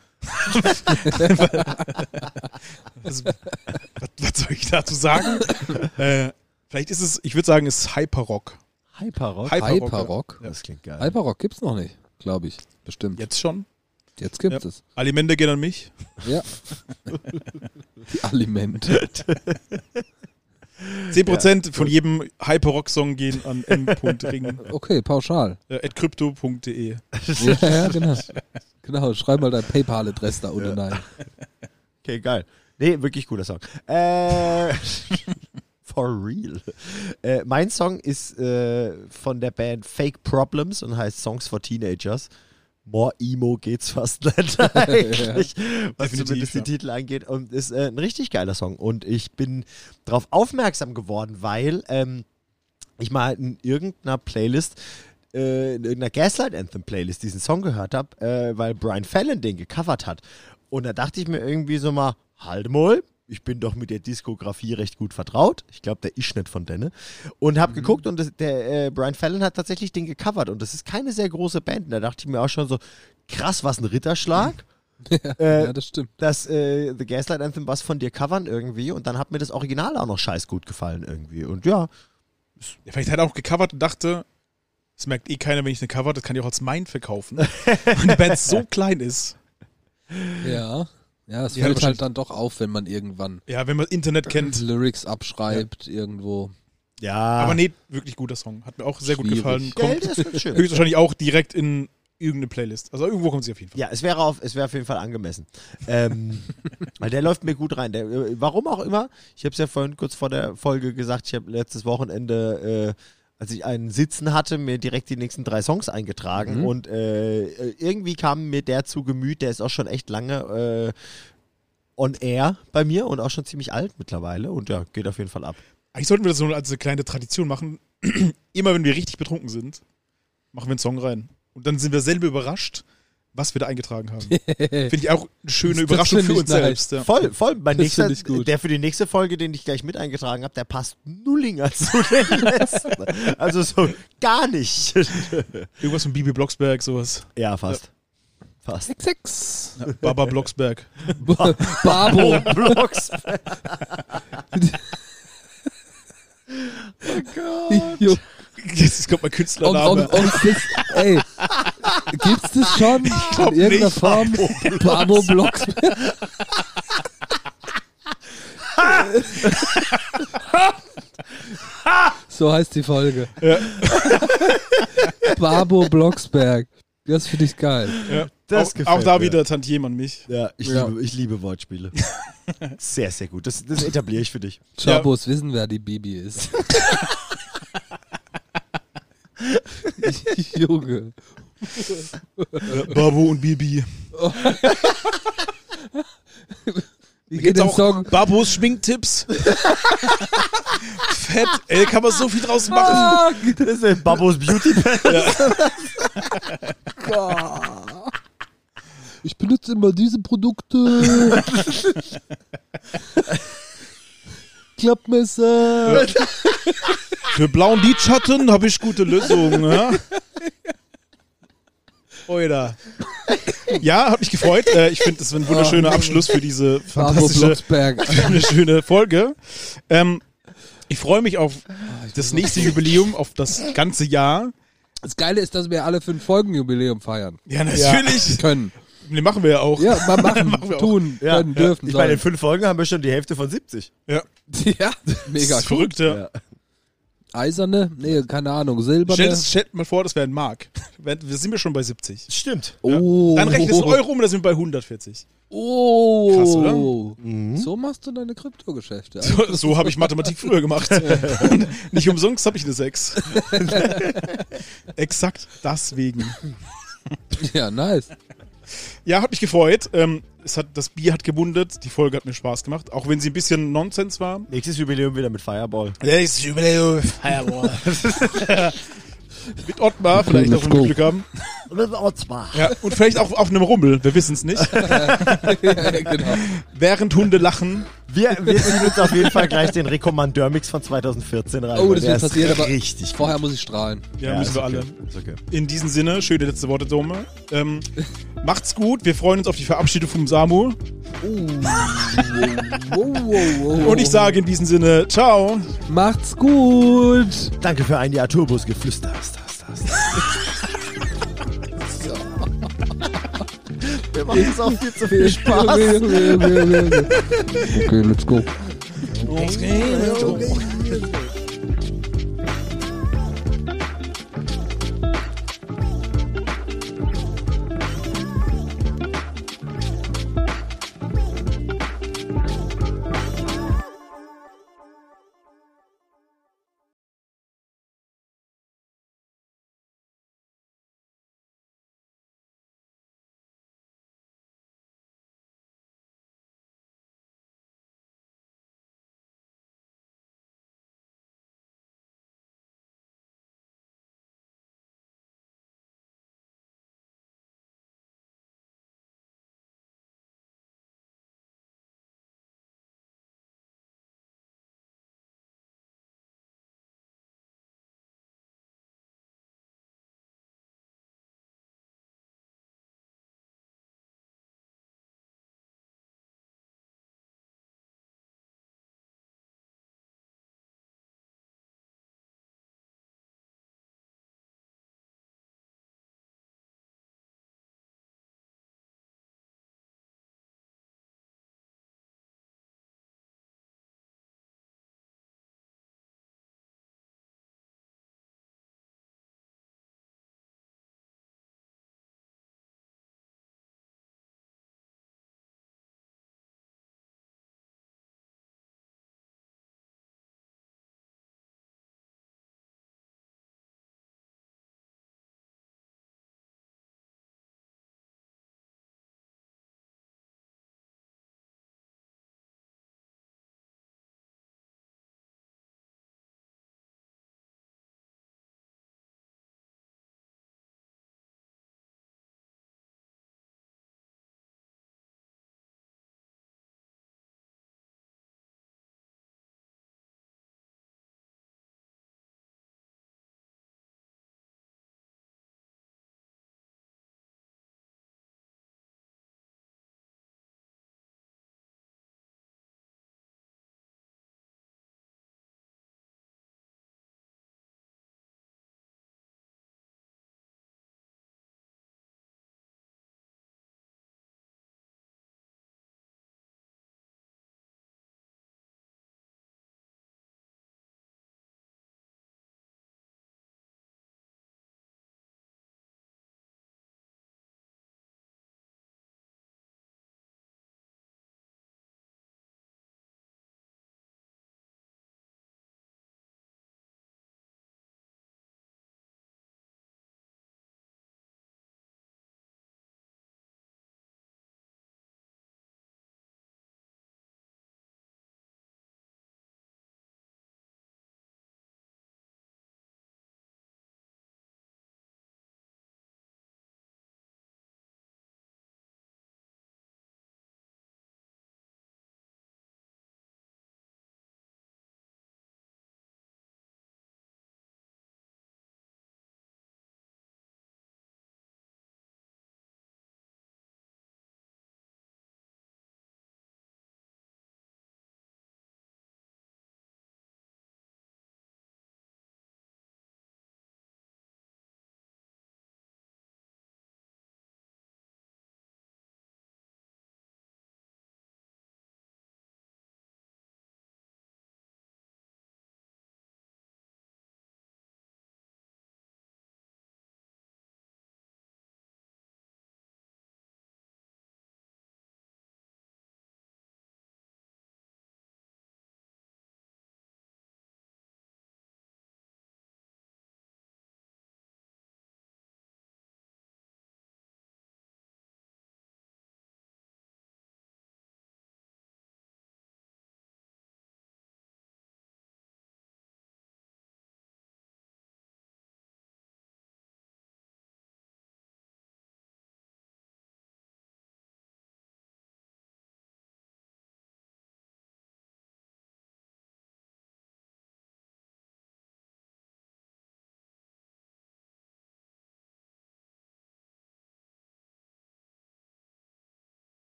Speaker 1: was soll ich dazu sagen? Vielleicht ist es, ich würde sagen, es ist Hyperrock.
Speaker 3: Hyperrock?
Speaker 4: Hyperrock.
Speaker 3: Das klingt geil.
Speaker 4: Hyperrock gibt's noch nicht, glaube ich. Bestimmt.
Speaker 1: Jetzt schon.
Speaker 4: Jetzt gibt's
Speaker 1: Ja.
Speaker 4: es.
Speaker 1: Alimente gehen an mich.
Speaker 4: Ja. Die Alimente.
Speaker 1: 10% von jedem Hyperrock-Song gehen an m.ring,
Speaker 4: Okay, pauschal.
Speaker 1: @crypto.de.
Speaker 4: Ja, genau. Genau, schreib mal dein PayPal-Adress da unten rein.
Speaker 3: Okay, geil. Nee, wirklich guter Song. For real. Mein Song ist von der Band Fake Problems und heißt Songs for Teenagers. More Emo geht's fast nicht eigentlich, was
Speaker 1: Definitiv,
Speaker 3: zumindest den Titel angeht. Und ist ein richtig geiler Song. Und ich bin darauf aufmerksam geworden, weil ich mal in irgendeiner Playlist, in irgendeiner Gaslight Anthem Playlist diesen Song gehört habe, weil Brian Fallon den gecovert hat. Und da dachte ich mir irgendwie so mal, halt mal, ich bin doch mit der Diskografie recht gut vertraut. Ich glaube, der ist nicht von denen. Und habe geguckt und der Brian Fallon hat tatsächlich den gecovert. Und das ist keine sehr große Band. Und da dachte ich mir auch schon so, krass, was ein Ritterschlag.
Speaker 4: Ja, das stimmt.
Speaker 3: Dass The Gaslight Anthem was von dir covern irgendwie. Und dann hat mir das Original auch noch scheiß gut gefallen irgendwie. Und ja,
Speaker 1: Ja, vielleicht hat er auch gecovert und dachte, das merkt eh keiner, wenn ich eine cover, das kann ich auch als mein verkaufen. Wenn die Band so klein ist.
Speaker 4: Ja. Ja, es
Speaker 1: Ja,
Speaker 4: fällt
Speaker 1: wahrscheinlich-
Speaker 4: halt dann doch auf, wenn man irgendwann
Speaker 1: Ja, wenn man Internet kennt.
Speaker 4: Lyrics abschreibt irgendwo.
Speaker 3: ja.
Speaker 1: Aber nee, wirklich guter Song. Hat mir auch sehr gut
Speaker 4: Schwierig.
Speaker 1: gefallen.
Speaker 3: Gell,
Speaker 1: Kommt
Speaker 3: der ist ganz schön.
Speaker 1: höchstwahrscheinlich auch direkt in irgendeine Playlist. Also irgendwo kommt sie auf jeden Fall.
Speaker 3: Ja, es wäre auf jeden Fall angemessen. Weil der läuft mir gut rein. Warum auch immer, ich habe es ja vorhin kurz vor der Folge gesagt, ich habe letztes Wochenende, als ich einen Sitzen hatte, mir direkt die nächsten 3 Songs eingetragen und irgendwie kam mir der zu Gemüt, der ist auch schon echt lange on air bei mir und auch schon ziemlich alt mittlerweile und ja, geht auf jeden Fall ab.
Speaker 1: Eigentlich sollten wir das so als eine kleine Tradition machen. Immer wenn wir richtig betrunken sind, machen wir einen Song rein. Und dann sind wir selber überrascht, was wir da eingetragen haben. Finde ich auch eine schöne
Speaker 4: Das
Speaker 1: Überraschung
Speaker 4: find
Speaker 1: für
Speaker 4: ich
Speaker 1: uns
Speaker 4: nice.
Speaker 1: selbst. Ja.
Speaker 3: Voll. Mein
Speaker 4: Das
Speaker 3: nächster,
Speaker 4: find ich gut.
Speaker 3: der für die nächste Folge, den ich gleich mit eingetragen habe, der passt nullinger zu den letzten. Also so gar nicht.
Speaker 1: Irgendwas von Bibi Blocksberg, sowas.
Speaker 3: Ja, fast. Fast.
Speaker 4: 6.
Speaker 1: Ja, Baba Blocksberg.
Speaker 4: Babo.
Speaker 3: Blocks.
Speaker 4: Jo.
Speaker 1: Jetzt kommt mein Künstlername.
Speaker 4: Ey, gibt's das schon
Speaker 1: glaub
Speaker 4: in irgendeiner
Speaker 1: nicht.
Speaker 4: Form? Babo Blocksberg. So heißt die Folge.
Speaker 1: Ja.
Speaker 4: Babo Blocksberg. Das finde ich geil.
Speaker 1: Ja.
Speaker 3: Das
Speaker 1: auch
Speaker 3: gefällt
Speaker 1: da
Speaker 3: mir.
Speaker 1: wieder Tantiem an mich.
Speaker 3: Ja,
Speaker 4: Ja.
Speaker 3: ich liebe Wortspiele. Sehr, sehr gut. Das etabliere ich für dich.
Speaker 4: Chabos wissen, wer die Bibi ist. Junge.
Speaker 1: Babu und Bibi.
Speaker 4: Wie
Speaker 1: Gibt's
Speaker 4: geht der
Speaker 1: auch
Speaker 4: Song?
Speaker 1: Babos Schminktipps. Fett, ey, kann man so viel draus machen.
Speaker 4: Ah,
Speaker 3: Das ist ein Babos Beauty Palace.
Speaker 4: ich benutze immer diese Produkte. Klappmesser.
Speaker 1: Für blauen Lidschatten habe ich gute Lösungen. Ja? Oida. Ja, hat mich gefreut. Ich finde, das ist ein wunderschöner Abschluss für diese
Speaker 4: Bravo
Speaker 1: fantastische,
Speaker 4: Blocksberg.
Speaker 1: schöne Folge. Ich freue mich auf das nächste Jubiläum, auf das ganze Jahr.
Speaker 4: Das Geile ist, dass wir alle 5 Folgen Jubiläum feiern.
Speaker 1: Ja, natürlich.
Speaker 4: Können.
Speaker 1: Den machen wir ja auch.
Speaker 4: Ja, mal machen,
Speaker 1: Machen wir auch.
Speaker 4: tun,
Speaker 3: Ja,
Speaker 4: können, dürfen,
Speaker 3: Ich meine, in
Speaker 4: sollen.
Speaker 3: 5 Folgen haben wir schon die Hälfte von 70.
Speaker 1: Ja.
Speaker 4: Ja, mega
Speaker 1: Das ist verrückt, ja.
Speaker 3: Ja.
Speaker 4: Eiserne? Nee, keine Ahnung. Silberne?
Speaker 1: Stellt mal vor, das wäre ein Mark. Wir sind ja schon bei 70.
Speaker 3: Stimmt.
Speaker 4: Oh.
Speaker 1: Dann rechnest du Euro um, da sind wir bei 140.
Speaker 4: Oh.
Speaker 1: Krass, oder?
Speaker 4: So machst du deine Kryptogeschäfte.
Speaker 1: So habe ich Mathematik früher gemacht. Und nicht umsonst habe ich eine 6. Exakt deswegen.
Speaker 4: Ja, nice.
Speaker 1: Ja, hat mich gefreut. Das Bier hat gewundert. Die Folge hat mir Spaß gemacht. Auch wenn sie ein bisschen Nonsens war.
Speaker 3: Nächstes Jubiläum wieder mit Fireball.
Speaker 1: Das Jubiläum. Mit Ottmar, vielleicht auch, wenn wir Glück haben. Ja, und vielleicht auch auf einem Rummel. Wir wissen es nicht.
Speaker 4: Ja, genau.
Speaker 1: Während Hunde lachen.
Speaker 3: Wir ziehen uns auf jeden Fall gleich den Rekommandeur-Mix von 2014 rein.
Speaker 4: Oh,
Speaker 3: weil
Speaker 4: das
Speaker 3: der
Speaker 4: wird
Speaker 3: ist
Speaker 4: passieren, aber
Speaker 3: richtig gut.
Speaker 4: vorher muss ich strahlen.
Speaker 1: Ja, müssen
Speaker 3: ist
Speaker 1: wir
Speaker 3: okay.
Speaker 1: alle.
Speaker 3: Ist okay.
Speaker 1: In diesem Sinne, schöne letzte Worte, Dome. Macht's gut. Wir freuen uns auf die Verabschiedung vom Samu.
Speaker 4: Oh.
Speaker 1: Und ich sage in diesem Sinne, ciao.
Speaker 4: Macht's gut.
Speaker 3: Danke für ein Jahr Turbusgeflüster. Wir machen es auch viel zu viel Spaß.
Speaker 4: Okay, let's go.
Speaker 1: Okay.